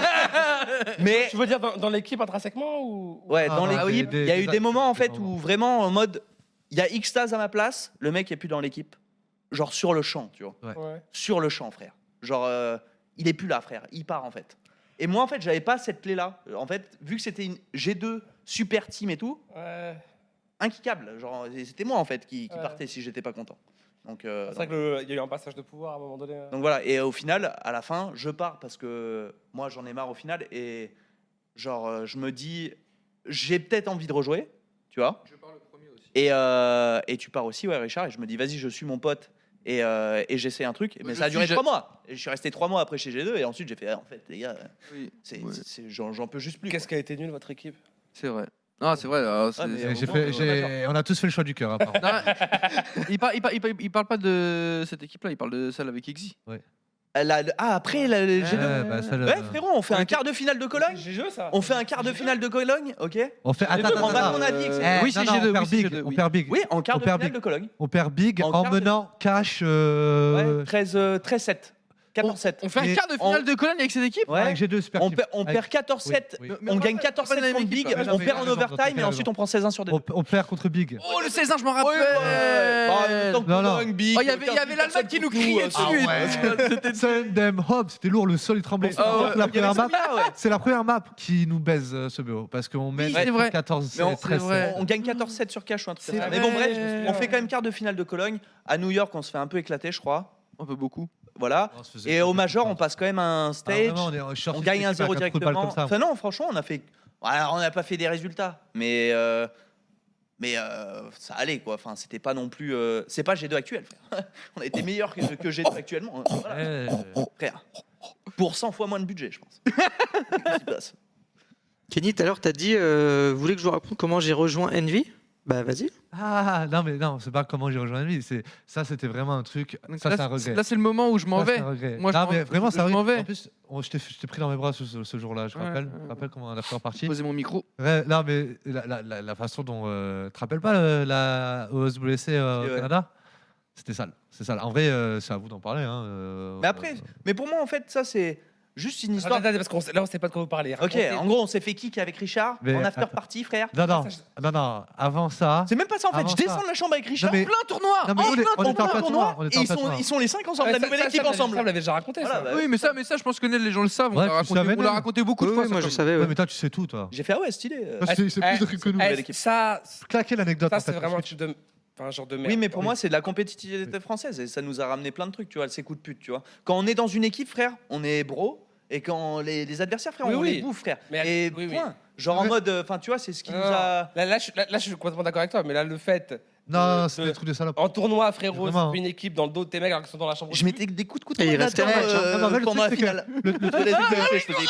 mais Tu veux dire dans, dans l'équipe intrinsèquement ou ouais, Ah, dans ouais, l'équipe, des- il y a des- eu des- des moments en des fait moments. où vraiment en mode, il y a Xtaz à ma place, le mec est plus dans l'équipe, genre sur le champ, tu vois, Ouais. sur le champ, frère. Genre, euh, il est plus là, frère, il part en fait. Et moi, en fait, j'avais pas cette clé-là. En fait, vu que c'était une G deux super team et tout, Ouais. inquickable. Genre, c'était moi en fait qui, qui Ouais. partais si j'étais pas content. Donc, euh, C'est vrai qu'il y a eu un passage de pouvoir à un moment donné. hein. donc voilà, et au final, à la fin, je pars parce que moi j'en ai marre au final et genre euh, je me dis j'ai peut-être envie de rejouer, tu vois. Je pars le premier aussi. Et, euh, et tu pars aussi, ouais, Richard, et je me dis vas-y, je suis mon pote et, euh, et j'essaie un truc. Mais Je ça a duré suis- trois mois. Et je suis resté trois mois après chez G deux et ensuite j'ai fait ah, en fait les gars, Oui, c'est, ouais. c'est- c'est- j'en, j'en peux juste plus. Qu'est-ce qui a été nul, votre équipe c'est vrai. Non, c'est vrai. alors, c'est- Ah, mais c'est- au J'ai moins, fait- on j'ai- on a tous fait le choix du cœur. apparemment. Non, il, parle, il, parle, il, parle, il parle pas de cette équipe-là, il parle de celle avec Exy. Elle a- ah après la, le G deux. Ouais, bah, ça, le- Ouais frérot, on fait un quart de finale de Cologne. J'ai joué ça. On fait un quart de finale de Cologne, ok. On fait. G deux, Attends, on attends, va attends. mon avis. que c'est- Eh, Oui, c'est non, non, G deux, on perd oui, c'est big, G deux, on oui. perd big. Oui, en quart On de perd finale big. de Cologne. On perd big En en quart de- menant cash. euh, Ouais, treize, euh, treize sept. quatorze sept. On fait un Et quart de finale on- de Cologne avec cette équipe Ouais. Avec G deux super On, team. perd- on Avec- perd quatorze sept, Oui, oui. Mais on on gagne va- quatorze on va sept dans la contre même Big, équipe, là. on Ouais, perd en non, mais overtime et raison. ensuite on prend seize un sur des deux. On, on perd contre big. Oh, le seize ans, je m'en Ouais, rappelle. ouais. Bah, en même temps que Non, non. Cologne, Big, Oh, il y avait, il y avait l'Allemagne qui nous criait Ah dessus. ouais. C'était- Send them home, c'était lourd, le sol il tremblait. Ah ouais, la il y avait première map, celui-là, ouais. c'est la première map qui nous baise euh, ce B O parce qu'on mène c'est vrai. quatorze, Mais on- treize, c'est vrai. On gagne quatorze sept sur cash ou un truc comme C'est ça. vrai. Mais bon, bref, on fait quand même quart de finale de Cologne. À New York, on se fait un peu éclater, je crois. Un peu beaucoup. Voilà. On se faisait Et choper au tout Major, le on temps. passe quand même un Ah, stage. vraiment, on est- je suis On sorti gagne de un l'équipe zéro avec un trou de balle directement. comme ça. Enfin non, franchement, on a fait. Alors, on n'a pas fait des résultats, mais euh, mais euh, ça allait quoi. Enfin, c'était pas non plus. euh, C'est pas G deux actuel. Frère. On a été meilleur que, que G deux actuellement. hein. Voilà. Ouais. Frère. Pour cent fois moins de budget, je pense. Qu'est-ce qui se passe ? Kenny, tout à l'heure, tu as dit, euh, vous voulez que je vous raconte comment j'ai rejoint Envy? Bah vas-y. Ah non mais non, c'est pas comment j'ai rejoint lui, c'est ça c'était vraiment un truc, Donc ça là, c'est un regret. Là, c'est le moment où je m'en Ça, vais. c'est un regret. Moi, je non m'en- mais vraiment je- ça je m'en regret. vais. En plus, on- je t'ai je t'ai pris dans mes bras ce, ce- ce jour-là, je me Ouais, rappelle. ouais, Je me ouais. rappelle comment on a fait en partie. Poser mon micro. Ouais, non mais la, la, la, la façon dont euh, tu te rappelles pas euh, la O S W C euh, Et au ouais. Canada, c'était sale, c'est sale. En vrai, euh, c'est à vous d'en parler. Hein, euh, Mais après, mais pour moi, en fait, ça c'est juste une histoire. Attends, attends, parce qu'on sait- là, on sait pas de quoi vous parlez. Ok, Racontez. en gros, on s'est fait kick avec Richard Mais en after attends. party, frère. non non, Ça, je- non non, avant ça. C'est même pas ça en fait. Avant Je ça. descends de la chambre avec Richard. Non, mais- Plein tournoi. Non, mais en on est- plein on est en tournoi. plein tournoi, on est Et en ils plein sont, tournoi. ils sont les cinq ensemble, Ouais, la ça- nouvelle ça, équipe ça, ensemble. Ça, vous l'avez déjà raconté. Voilà, ça. bah, Oui, mais ça, mais ça, je pense que Ned, les gens le savent. On Ouais, l'a tu raconté, savais, on l'a Ned raconté beaucoup de Oui, fois. oui, ça, moi je comme- savais. Ouais, ouais. mais toi tu sais tout toi. J'ai fait ah ouais, stylé. euh. Toi, c'est c'est Eh, plus de trucs que nous. eh, nouvelle équipe. Ça, Claquer l'anecdote. ça en c'est fait, vraiment un parce que- truc de. Enfin, un genre de merde. Oui, mais pour Oui. moi, c'est de la compétitivité française et ça nous a ramené plein de trucs, tu vois, ces coups de pute, tu vois. Quand on est dans une équipe, frère, on est bro. Et quand les, les adversaires, frère, Oui, on oui. les bouffe, frère. Mais- et oui, oui. point. Genre en Ouais. mode, enfin, tu vois, c'est ce qui Non, nous non, a. Là, là, je, là, là, je suis complètement d'accord avec toi, mais là, le fait. Non, de- c'est de- des trucs de salope. En tournoi, frérot, Vraiment. c'est une équipe dans le dos de tes mecs alors qu'ils sont dans la chambre. Je mettais des coups de couteau Et il là, restait dans, un match, hein. euh, Non, mais en vrai, le pendant truc, la c'est que finale. le- le- Sur les W F C, je faisais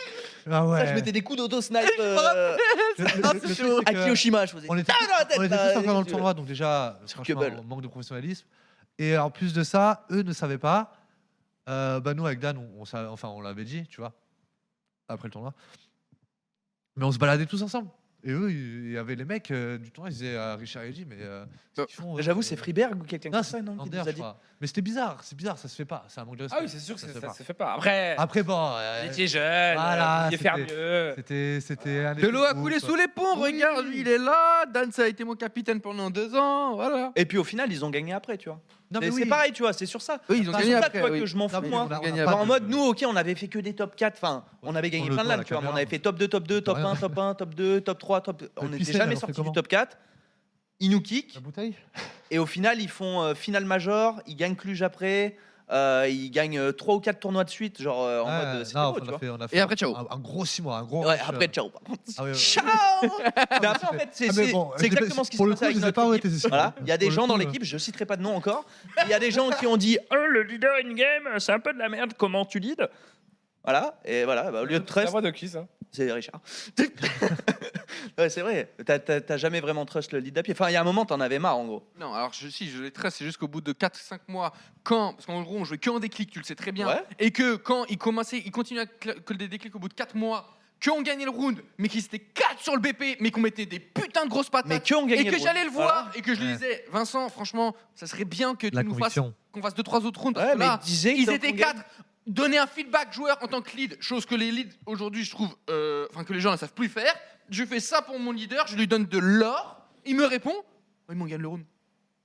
Ah ouais. ça, je mettais des coups d'auto-snipe euh, Le- le- le- le truc, c'est à que- Kiyoshima, je faisais. On était, Ah, dans la tête, on était là, tous encore dans le tu- tournoi, donc déjà, franchement, Circable. on manque de professionnalisme. Et en plus de ça, eux ne savaient pas. Euh, bah nous, avec Dan, on, on savait- enfin, on l'avait dit, tu vois, après le tournoi. Mais on se baladait tous ensemble. Et eux, il y avait les mecs euh, du tournoi, ils disaient à Richard et J, mais euh, qu'est-ce qu'ils font, eux J'avoue, Euh, c'est Freeberg ou quelqu'un Non, comme ça, c'est non, qui Ander, nous a je dit. crois. Mais c'était bizarre, c'est bizarre, ça se fait pas. C'est un manque de respect. Ah oui, c'est sûr que Ça ça, se fait ça pas. se fait pas. Après, Après, bon, vous euh, étiez jeune, voilà, vous pouviez faire c'était- mieux. c'était, c'était un De l'eau a effet de coulé groupe. sous les ponts, Oui. regarde, lui il est là, Dan ça a été mon capitaine pendant deux ans, voilà. Et puis au final, ils ont gagné après, tu vois. Non, mais C'est oui. c'est pareil, tu vois, c'est sur ça. Oui, ils ont Pas C'est gagné sur ça, après. tu vois, oui. que je m'en Non, fous, mais moi. on a- on a Gagné pas Enfin, après. en de- mode, nous, ok, on avait fait que des top quatre. Enfin, on avait gagné Tourne plein de le LAN, dos à tu vois. la mais On avait fait top deux, top deux, top Rien. un, top un, top deux, top trois, top. On Le n'était Picel, jamais alors, sorti fait du comment top quatre. Ils nous kick. La bouteille Et au final, ils font euh, finale major. Ils gagnent Cluj après. euh, ils gagnent euh, trois ou quatre tournois de suite. Genre euh, en Ouais, mode. C'est non, beau, on tu a vois. fait, on a fait Et après, ciao. Un, un gros six mois, un gros. Ouais, match, après, euh, ciao. par contre. Ah ouais, ouais. Ciao. Mais après, en fait, c'est Ah, mais c'est- bon, c'est j'ai pas- exactement ce qui se pour le passe coup, avec je sais notre pas où équipe. était, c'est sûr. Voilà, il y a des Pour le gens dans coup, l'équipe, je citerai pas de nom encore. Il y a des gens qui ont dit oh, le leader in-game, c'est un peu de la merde, comment tu leads. Voilà, et voilà, bah, au lieu de C'est la trust, voix de qui ça c'est Richard. Ouais, c'est vrai. T'as, t'as, t'as jamais vraiment trust le lead d'Api. Enfin, il y a un moment, t'en avais marre, en gros. Non, alors je, si, je les trace, c'est juste qu'au bout de quatre cinq mois, quand, parce qu'en gros, on jouait que en déclic, tu le sais très bien, Ouais. et que quand ils commençaient, ils continuaient à cl- que des déclics au bout de quatre mois, qu'on gagnait le round, mais qu'ils étaient quatre sur le B P, mais qu'on mettait des putains de grosses patates, Mais qu'on gagnait et le que round. j'allais le voir, Voilà. et que je lui Ouais. disais, Vincent, franchement, ça serait bien que tu La nous fasses, conviction. qu'on fasse deux trois autres rounds, parce Ouais, que mais là, disait ils que étaient qu'on quatre. Donner un feedback joueur en tant que lead, chose que les leads aujourd'hui, je trouve, euh, enfin que les gens ne savent plus faire. Je fais ça pour mon leader, je lui donne de l'or, il me répond, ils m'ont gagné le round.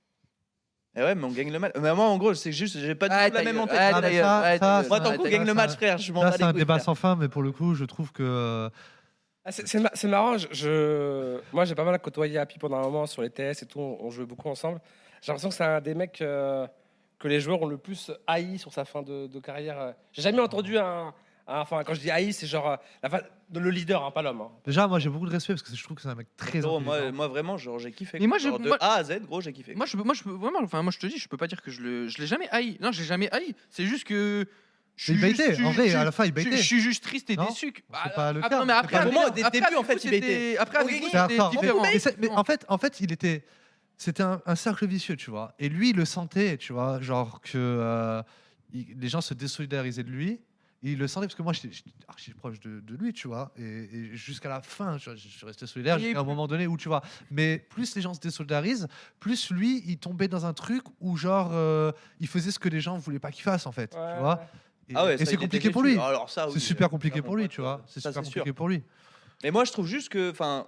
Eh ouais, mais on gagne le match. Mais moi, en gros, c'est juste, j'ai pas du Ouais, tout la ta même gueule. mentalité. Ouais, Ah, ta mais gueule. ça- Ouais, ta ça, gueule. Moi, ça- tant qu'on Ouais, gagne ta le gueule. match, frère, je m'en Là, bats c'est les un couilles, débat frère. sans fin, mais pour le coup, je trouve que. euh, Ah, c'est, c'est, ma- c'est marrant, je, je- moi j'ai pas mal côtoyé Happy pendant un moment sur les T S et tout, on, on jouait beaucoup ensemble. J'ai l'impression que c'est un des mecs euh, que les joueurs ont le plus haï sur sa fin de, de carrière. J'ai jamais entendu un. un- Enfin, quand je dis haï, c'est genre euh, la fa- de le leader, hein, pas l'homme. hein. Déjà, moi, j'ai beaucoup de respect parce que je trouve que c'est un mec très Gros, intelligent. moi, moi, vraiment, genre, j'ai kiffé. Mais moi, Genre, je- de moi- A à Z, gros, j'ai kiffé. Moi, je peux, moi, je peux vraiment, enfin, moi, je te dis, je peux pas dire que je le, je l'ai jamais haï. Non, je l'ai jamais haï. C'est juste que. Je Il suis baitait, juste- je en suis- vrai, je- à la fin, il je- baitait. Je suis juste triste et Non, déçu. que- c'est pas le ah, terme, non, mais c'est après, pas le avec mot. vous- Au dé- après, début, avec en fait, vous, il baitait. c'était- Après, On avec gagnait. vous, C'est c'était encore- différent. Mais c'est- mais en fait, en fait, il était. C'était un, un cercle vicieux, tu vois. Et lui, il le sentait, tu vois, genre que euh, il- les gens se désolidarisaient de lui. Il le sentait parce que moi, j'étais j'étais archi proche de, de lui, tu vois. Et, et jusqu'à la fin, je, je suis resté solidaire Il est jusqu'à un plus- moment donné où, tu vois. Mais plus les gens se désolidarisent, plus lui, il tombait dans un truc où, genre, euh, il faisait ce que les gens voulaient pas qu'il fasse, en fait. Ouais, Tu vois. ouais. Et, Ah ouais, et ça, c'est il était compliqué pour lui. déçu. Alors ça, oui, C'est super euh, compliqué ça, pour mon lui, pote, tu vois. C'est ça, super c'est sûr. compliqué pour lui. Mais moi, je trouve juste que, enfin,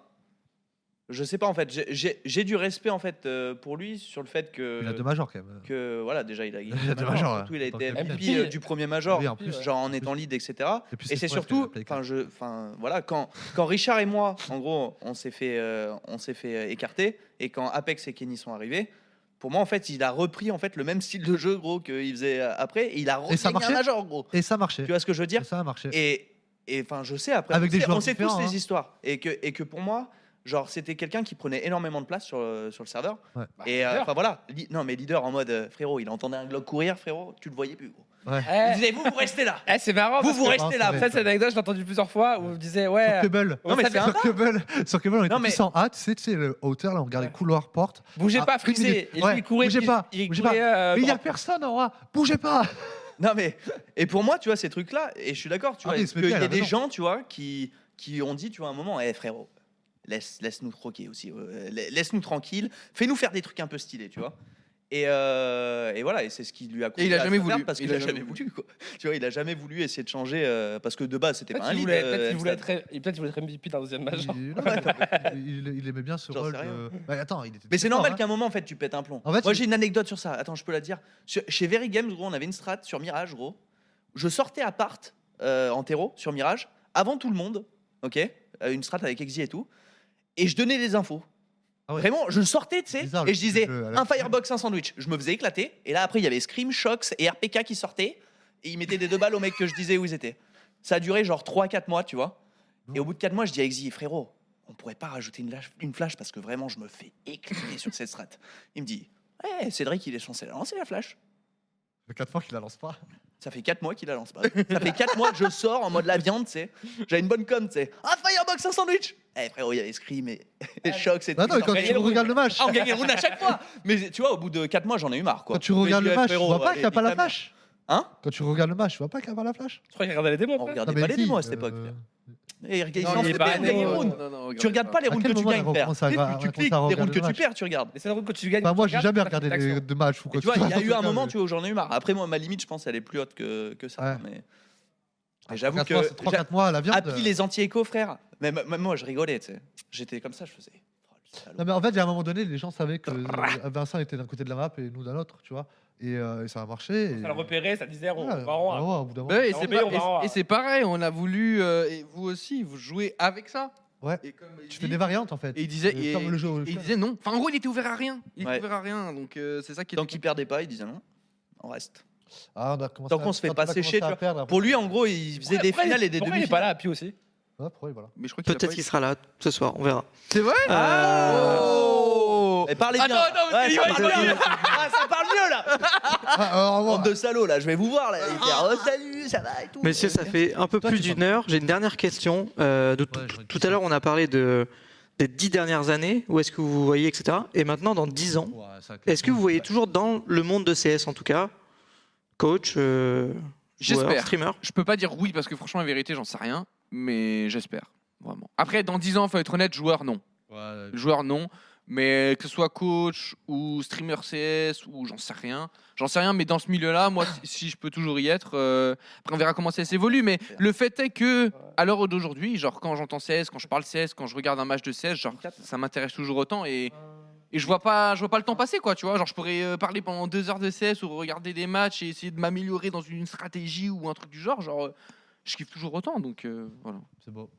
je sais pas, en fait, j'ai- j'ai j'ai du respect, en fait, euh, pour lui sur le fait que. Il a deux majors, quand même. que voilà, déjà, il a gagné. Il a deux majors, majors, surtout, ouais, il a en tant été que M V P capitaine. euh, du premier major, Oui, en plus. genre en étant lead, et cetera. Et puis, Et c'est c'est pour ça surtout, qu'il a Play enfin, je, enfin, voilà, quand, quand Richard et moi, en gros, on s'est fait, euh, on s'est fait euh, écarter, et quand Apex et Kenny sont arrivés, pour moi, en fait, il a repris en fait le même style de jeu, gros, qu'il faisait euh, après, et il a Et ça regagné un marchait major, gros. Et ça marchait. Tu vois ce que je veux dire Et ça a marché. Et et enfin, je sais après, Avec on des sait, joueurs on sait tous différents, les hein. histoires, et que et que pour moi, genre, c'était quelqu'un qui prenait énormément de place sur le, sur le serveur. Ouais. Et euh, leader. enfin voilà, Li- non mais leader en mode euh, frérot, il entendait un Glock courir, frérot, tu le voyais plus, gros. Ouais. Il Eh, disait vous vous restez là. eh, c'est marrant. Vous parce vous que- restez là. Ouais. Ça, cette anecdote, je l'ai entendue plusieurs fois où on me disait, ouais. Sur Cable. Non, mais ça c'est un Sur Cable, sur Cable, on était Non, mais- tous en hâte, tu sais, tu sais, le hauteur, là, on regardait Ouais. couloir, porte. Bougez Ah, pas, une frisé. minute. Et Ouais, lui, il courait. bougez il- pas, Il bougez courait. pas. euh, Mais il y a grand- personne, Aura, bougez pas. Non mais et pour moi, tu vois ces trucs là, et je suis d'accord, tu Ah vois, oui, parce il se met qu'il y bien, a il a des raison. gens, tu vois, qui qui ont dit, tu vois, à un moment, eh frérot, laisse laisse nous croquer aussi, euh, la- laisse-nous tranquille, fais-nous faire des trucs un peu stylés, tu vois. Et, euh, et voilà, et c'est ce qui lui a coûté Et il a à jamais se faire voulu. parce Il qu'il a a jamais jamais voulu quoi. Tu vois, il a jamais voulu essayer de changer euh, parce que de base c'était Peut-être pas un qu'il lead. voulait, euh, peut-être qu'il voulait Amsterdam. être, peut-être qu'il voulait être M V P dans le deuxième Il, match. non, il, il aimait bien ce J'en rôle. sais rien. de- Bah, attends, il était Mais c'est très fort, normal hein. qu'à un moment, en fait, tu pètes un plomb. En fait, Moi, il- j'ai une anecdote sur ça. Attends, je peux la dire. Sur- chez Very Games, gros, on avait une strat sur Mirage, gros. Je sortais à part euh, en terreau sur Mirage avant tout le monde, ok. Euh, Une strat avec Exi et tout, et je donnais des infos. Ah ouais. Vraiment, je sortais, tu sais, Bizarre, et le je disais jeu à la un fin. firebox, un sandwich. Je me faisais éclater, et là après, il y avait Scream, Shox et R P K qui sortaient, et ils mettaient des deux balles aux mecs que je disais où ils étaient. Ça a duré genre trois quatre mois, tu vois. Et au bout de quatre mois, je dis à Exi, frérot, on pourrait pas rajouter une flash, une flash parce que vraiment, je me fais éclater sur cette strat. Il me dit, ouais, Cédric, il est censé la lancer la flash. Ça fait quatre fois qu'il la lance pas. Ça fait quatre mois qu'il la lance pas. Ça fait quatre mois que je sors en mode la viande, tu sais. J'ai une bonne com, tu sais. Un firebox, un sandwich. Eh frérot, il y avait Scream et, et Shox et tout. Attends, mais quand On gagnait tu le round. regardes le match, Ah, on gagnait le round à chaque fois. Mais tu vois, au bout de quatre mois, j'en ai eu marre, quoi. quand tu Je me regardes dis, le ouais, match, tu frérot, vois pas allez, qu'il n'y a pas la nique ta mère. flash. Hein Quand tu regardes le match, tu vois pas qu'il n'y a pas la flash. Je crois qu'il regardait les démos. On frère. regardait Non, mais pas les si, démos à cette euh, époque. frère. Et regarde, Non, ils il est en pas faisaient, allé on gagnait au- le round. Non, non, Tu regardes pas les À rounds quel que tu moment gagnes, on frère. commence à- Tu sais, à- tu à cliques commencer à les rounds regarder que le tu match. perds, tu regardes. Mais c'est le round que tu gagnes. Enfin, moi, tu j'ai regardes, jamais t'as regardé fait les l'action. deux matchs. Ou quoi Et tu vois, que ce il y a soit. eu un moment, tu vois, où j'en ai eu marre. Après, moi, ma limite, je pense, elle est plus haute que, que ça. Ouais. Mais, mais j'avoue Quatre que. mois, c'est trois quatre mois à la viande. Happy les anti-échos, frère. Mais même moi, je rigolais, tu sais. J'étais comme ça, je faisais. Oh, le salaud. Non, mais en fait, il y a un moment donné, les gens savaient que euh, Vincent était d'un côté de la map et nous d'un autre, tu vois. Et, euh, et ça a marché. Et... Ça le repérait, ça disait, on Ouais, va en ouais, haut. au bout d'un moment. Ouais, et On c'est va pas- on va en haut. et- et c'est pareil, on a voulu, euh, et vous aussi, vous jouez avec ça. Ouais. Et comme il Tu dit- fais des variantes en fait. Et il disait, Euh, et- comme le jeu. et il disait non. Enfin, en gros, il était ouvert à rien. Il Ouais. était ouvert à rien, donc euh, c'est ça qui. Tant qu'il perdait pas, il disait non. On reste. Ah, on a commencé Tant à- qu'on se fait quand pas on a sécher, commencé à tu perdre, après- Pour lui, en gros, il faisait des Pourquoi il- finales et des pourquoi il est pas là, demi-finales. Happy aussi. Ouais, pour lui, voilà. Mais je crois qu'il a Peut-être pas qu'il eu- sera là ce soir, on verra. C'est vrai. Euh, Oh. Et parlez bien. Attends, attends, parce Ouais, qu'il ça va parle dire- mieux. Ah, ça parle mieux là. Ah, au revoir. Bande de salauds là, je vais vous voir là. Il fait, oh, salut, ça va et tout. Messieurs, ça fait un peu Toi, plus tu d'une heure. J'ai une dernière question. Euh, de- Ouais, j'aurais tout dit à l'heure, on a parlé de des dix dernières années, où est-ce que vous vous voyez, et cetera. Et maintenant, dans dix ans, Ouais, ça, est-ce que vous voyez toujours dans le monde de C S en tout cas, coach, euh, joueur, J'espère. streamer? Je peux pas dire oui parce que franchement, la vérité, j'en sais rien, mais j'espère. Vraiment. Après, dans dix ans, faut être honnête, joueur, non. Ouais, Joueur, non. Mais que ce soit coach ou streamer C S ou j'en sais rien. J'en sais rien, mais dans ce milieu-là, moi, si- si je peux toujours y être. euh, Après, on verra comment ça s'évolue. Mais le fait est que, à l'heure d'aujourd'hui, genre quand j'entends C S, quand je parle C S, quand je regarde un match de C S, genre ça m'intéresse toujours autant et et je vois pas, je vois pas le temps passer, quoi. Tu vois, genre je pourrais euh, parler pendant deux heures de C S ou regarder des matchs et essayer de m'améliorer dans une stratégie ou un truc du genre. Genre, euh, je kiffe toujours autant, donc euh, voilà. c'est beau.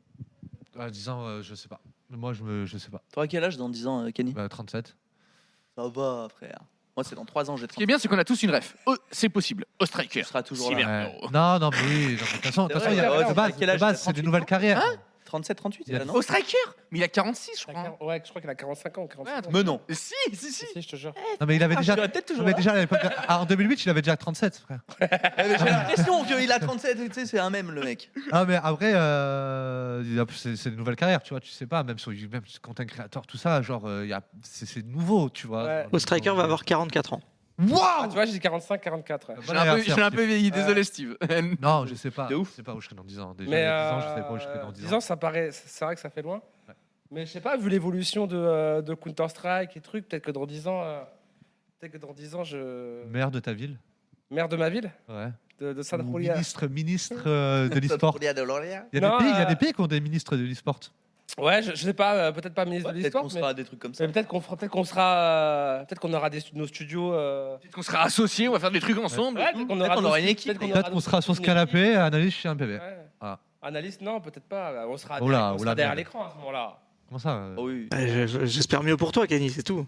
À dix ans, euh, je sais pas. Moi, je, me, je sais pas. T'auras quel âge dans dix ans, euh, Kenny? Bah, trente-sept. Ça va, frère. Moi, c'est dans trois ans, j'ai Ce qui est bien, c'est qu'on a tous une ref. Oh, c'est possible. Au striker. Tu seras toujours Cyber. là. Ouais. Non, non, mais oui. non, mais De toute façon, de toute C'est façon, il y a- vrai, ouais, de ouais, base, quel de âge, base, t'as c'est des trente-huit nouvelles carrières. trente-sept, trente-huit, Il y a- là, non? Au striker. Mais il a quarante-six, je crois. hein. Ouais, je crois qu'il a quarante-cinq ans. quarante-cinq Ouais, ans. Mais non. Si, si, si. Si, si, je te jure. Non, mais il avait Ah, déjà. je suis peut-être toujours Non, mais là. déjà à l'époque. Ah, en deux mille huit, il avait déjà trente-sept, frère. Eh, mais J'ai l'impression qu'il a trente-sept, tu sais, c'est un même, le mec. Ah, mais après, euh, il y a- c'est c'est des nouvelles carrières, tu vois. Tu sais pas, même sur même sur content creator, tout ça, genre, euh, il y a- c'est c'est nouveau, tu vois. Ouais. Au striker va avoir quarante-quatre ans. Ah, Waouh! tu vois, j'ai dit quarante-cinq, quarante-quatre. ouais. Bon J'ai un peu, anniversaire, j'ai un peu Steve. vieilli. Ouais. Désolé, Steve. Non, je sais pas. De ouf. Je sais pas où je serai dans dix ans. Déjà, Mais il y a dix ans, euh, je sais pas où je serai dans dix dix ans. ans, ça paraît, c'est vrai que ça fait loin. Ouais. Mais je sais pas, vu l'évolution de, euh, de Counter Strike et trucs, peut-être que dans dix ans, euh, peut-être que dans dix ans, je Maire de ta ville. maire de ma ville, Ouais. de, de San Ou Julián. ministre, ministre euh, de l'e-sport. Il y a de des Non, pays, il y a euh, des pays qui ont des ministres de l'e-sport. Ouais, je, je sais pas, euh, peut-être pas ministre de Peut-être l'histoire, qu'on mais, sera des trucs comme ça. mais peut-être qu'on fera, peut-être qu'on sera, euh, peut-être qu'on aura des, nos studios. euh, Peut-être qu'on sera associés, on va faire des trucs ensemble. Ouais, peut-être qu'on aura, qu'on nos aura une stu- équipe. peut-être Peut-être qu'on sera sur ce canapé, analyse chez un P V. Ouais. Ah. Analyste, non, peut-être pas. On sera Oh derrière, là, on oh sera là, derrière merde. l'écran à ce moment-là. Comment ça euh Oh oui. Euh, je- J'espère mieux pour toi, Kenny, c'est tout.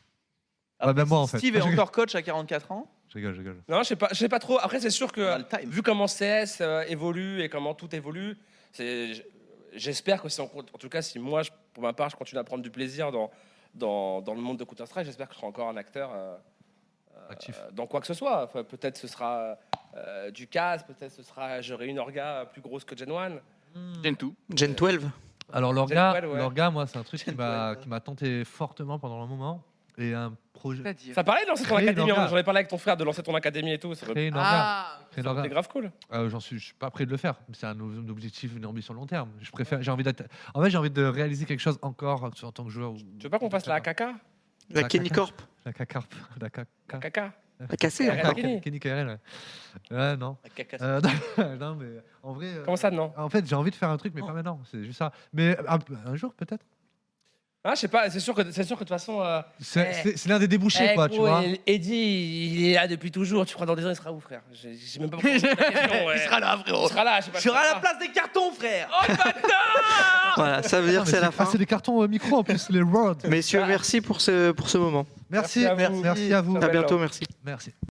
Après, même moi, en si fait. Steve est encore coach à quarante-quatre ans. Je rigole, je rigole. Non, je sais pas, je sais pas trop. Après, c'est sûr On a que le time. vu comment C S euh, évolue et comment tout évolue, c'est, j'espère que si on, compte- en tout cas, si moi, je- pour ma part, je continue à prendre du plaisir dans dans, dans le monde de Counter Strike, j'espère que je serai encore un acteur euh, Actif. euh, dans quoi que ce soit. Enfin, peut-être ce sera euh, du C A S, peut-être ce sera j'aurai une orga plus grosse que Gen un. Gen deux. Gen douze. Alors l'orga, Gen douze, ouais. l'orga, moi, c'est un truc qui Gen m'a douze. qui m'a tenté fortement pendant un moment. Et un projet. C'est-à-dire. Ça parlait de lancer ton Créer une académie. orga. J'en ai parlé avec ton frère de lancer ton académie et tout. Ça Créer une orga. Ah, Créer une orga. c'est grave cool. Euh, j'en suis, je suis pas prêt de le faire. C'est un, un objectif, une ambition long terme. Je préfère, j'ai envie d'être. En fait, j'ai envie de réaliser quelque chose encore en tant que joueur. ou- Tu veux pas qu'on fasse la caca La La Kenny caca. Corp. La cacarpe, la caca. Caca. La cassée. Ouais, encore. Kenny. Kenny K R L. Ouais, Ouais, non. À caca. Euh, non, non, mais en vrai. euh, Comment ça, non? En fait, j'ai envie de faire un truc, mais pas maintenant. C'est juste ça. Mais un, un jour, peut-être. Ah, je sais pas, c'est sûr que c'est sûr que de toute façon. euh, C'est Eh. c'est- c'est l'un des débouchés, eh, quoi, tu gros, vois. et- Eddie, il est là depuis toujours. Tu crois dans des ans, il sera où, frère? J'ai j'ai même pas posé la question. Ouais. Il sera là, Il frérot. sera là, je sais pas. Tu seras à la je sais place des cartons, frère. Voilà, ça veut dire Ah, que mais c'est la fin. Ah, c'est des cartons euh, micro en plus, les World. Messieurs, merci pour ce, pour ce moment. Merci, Merci à vous. merci à vous. À bientôt, merci. Merci.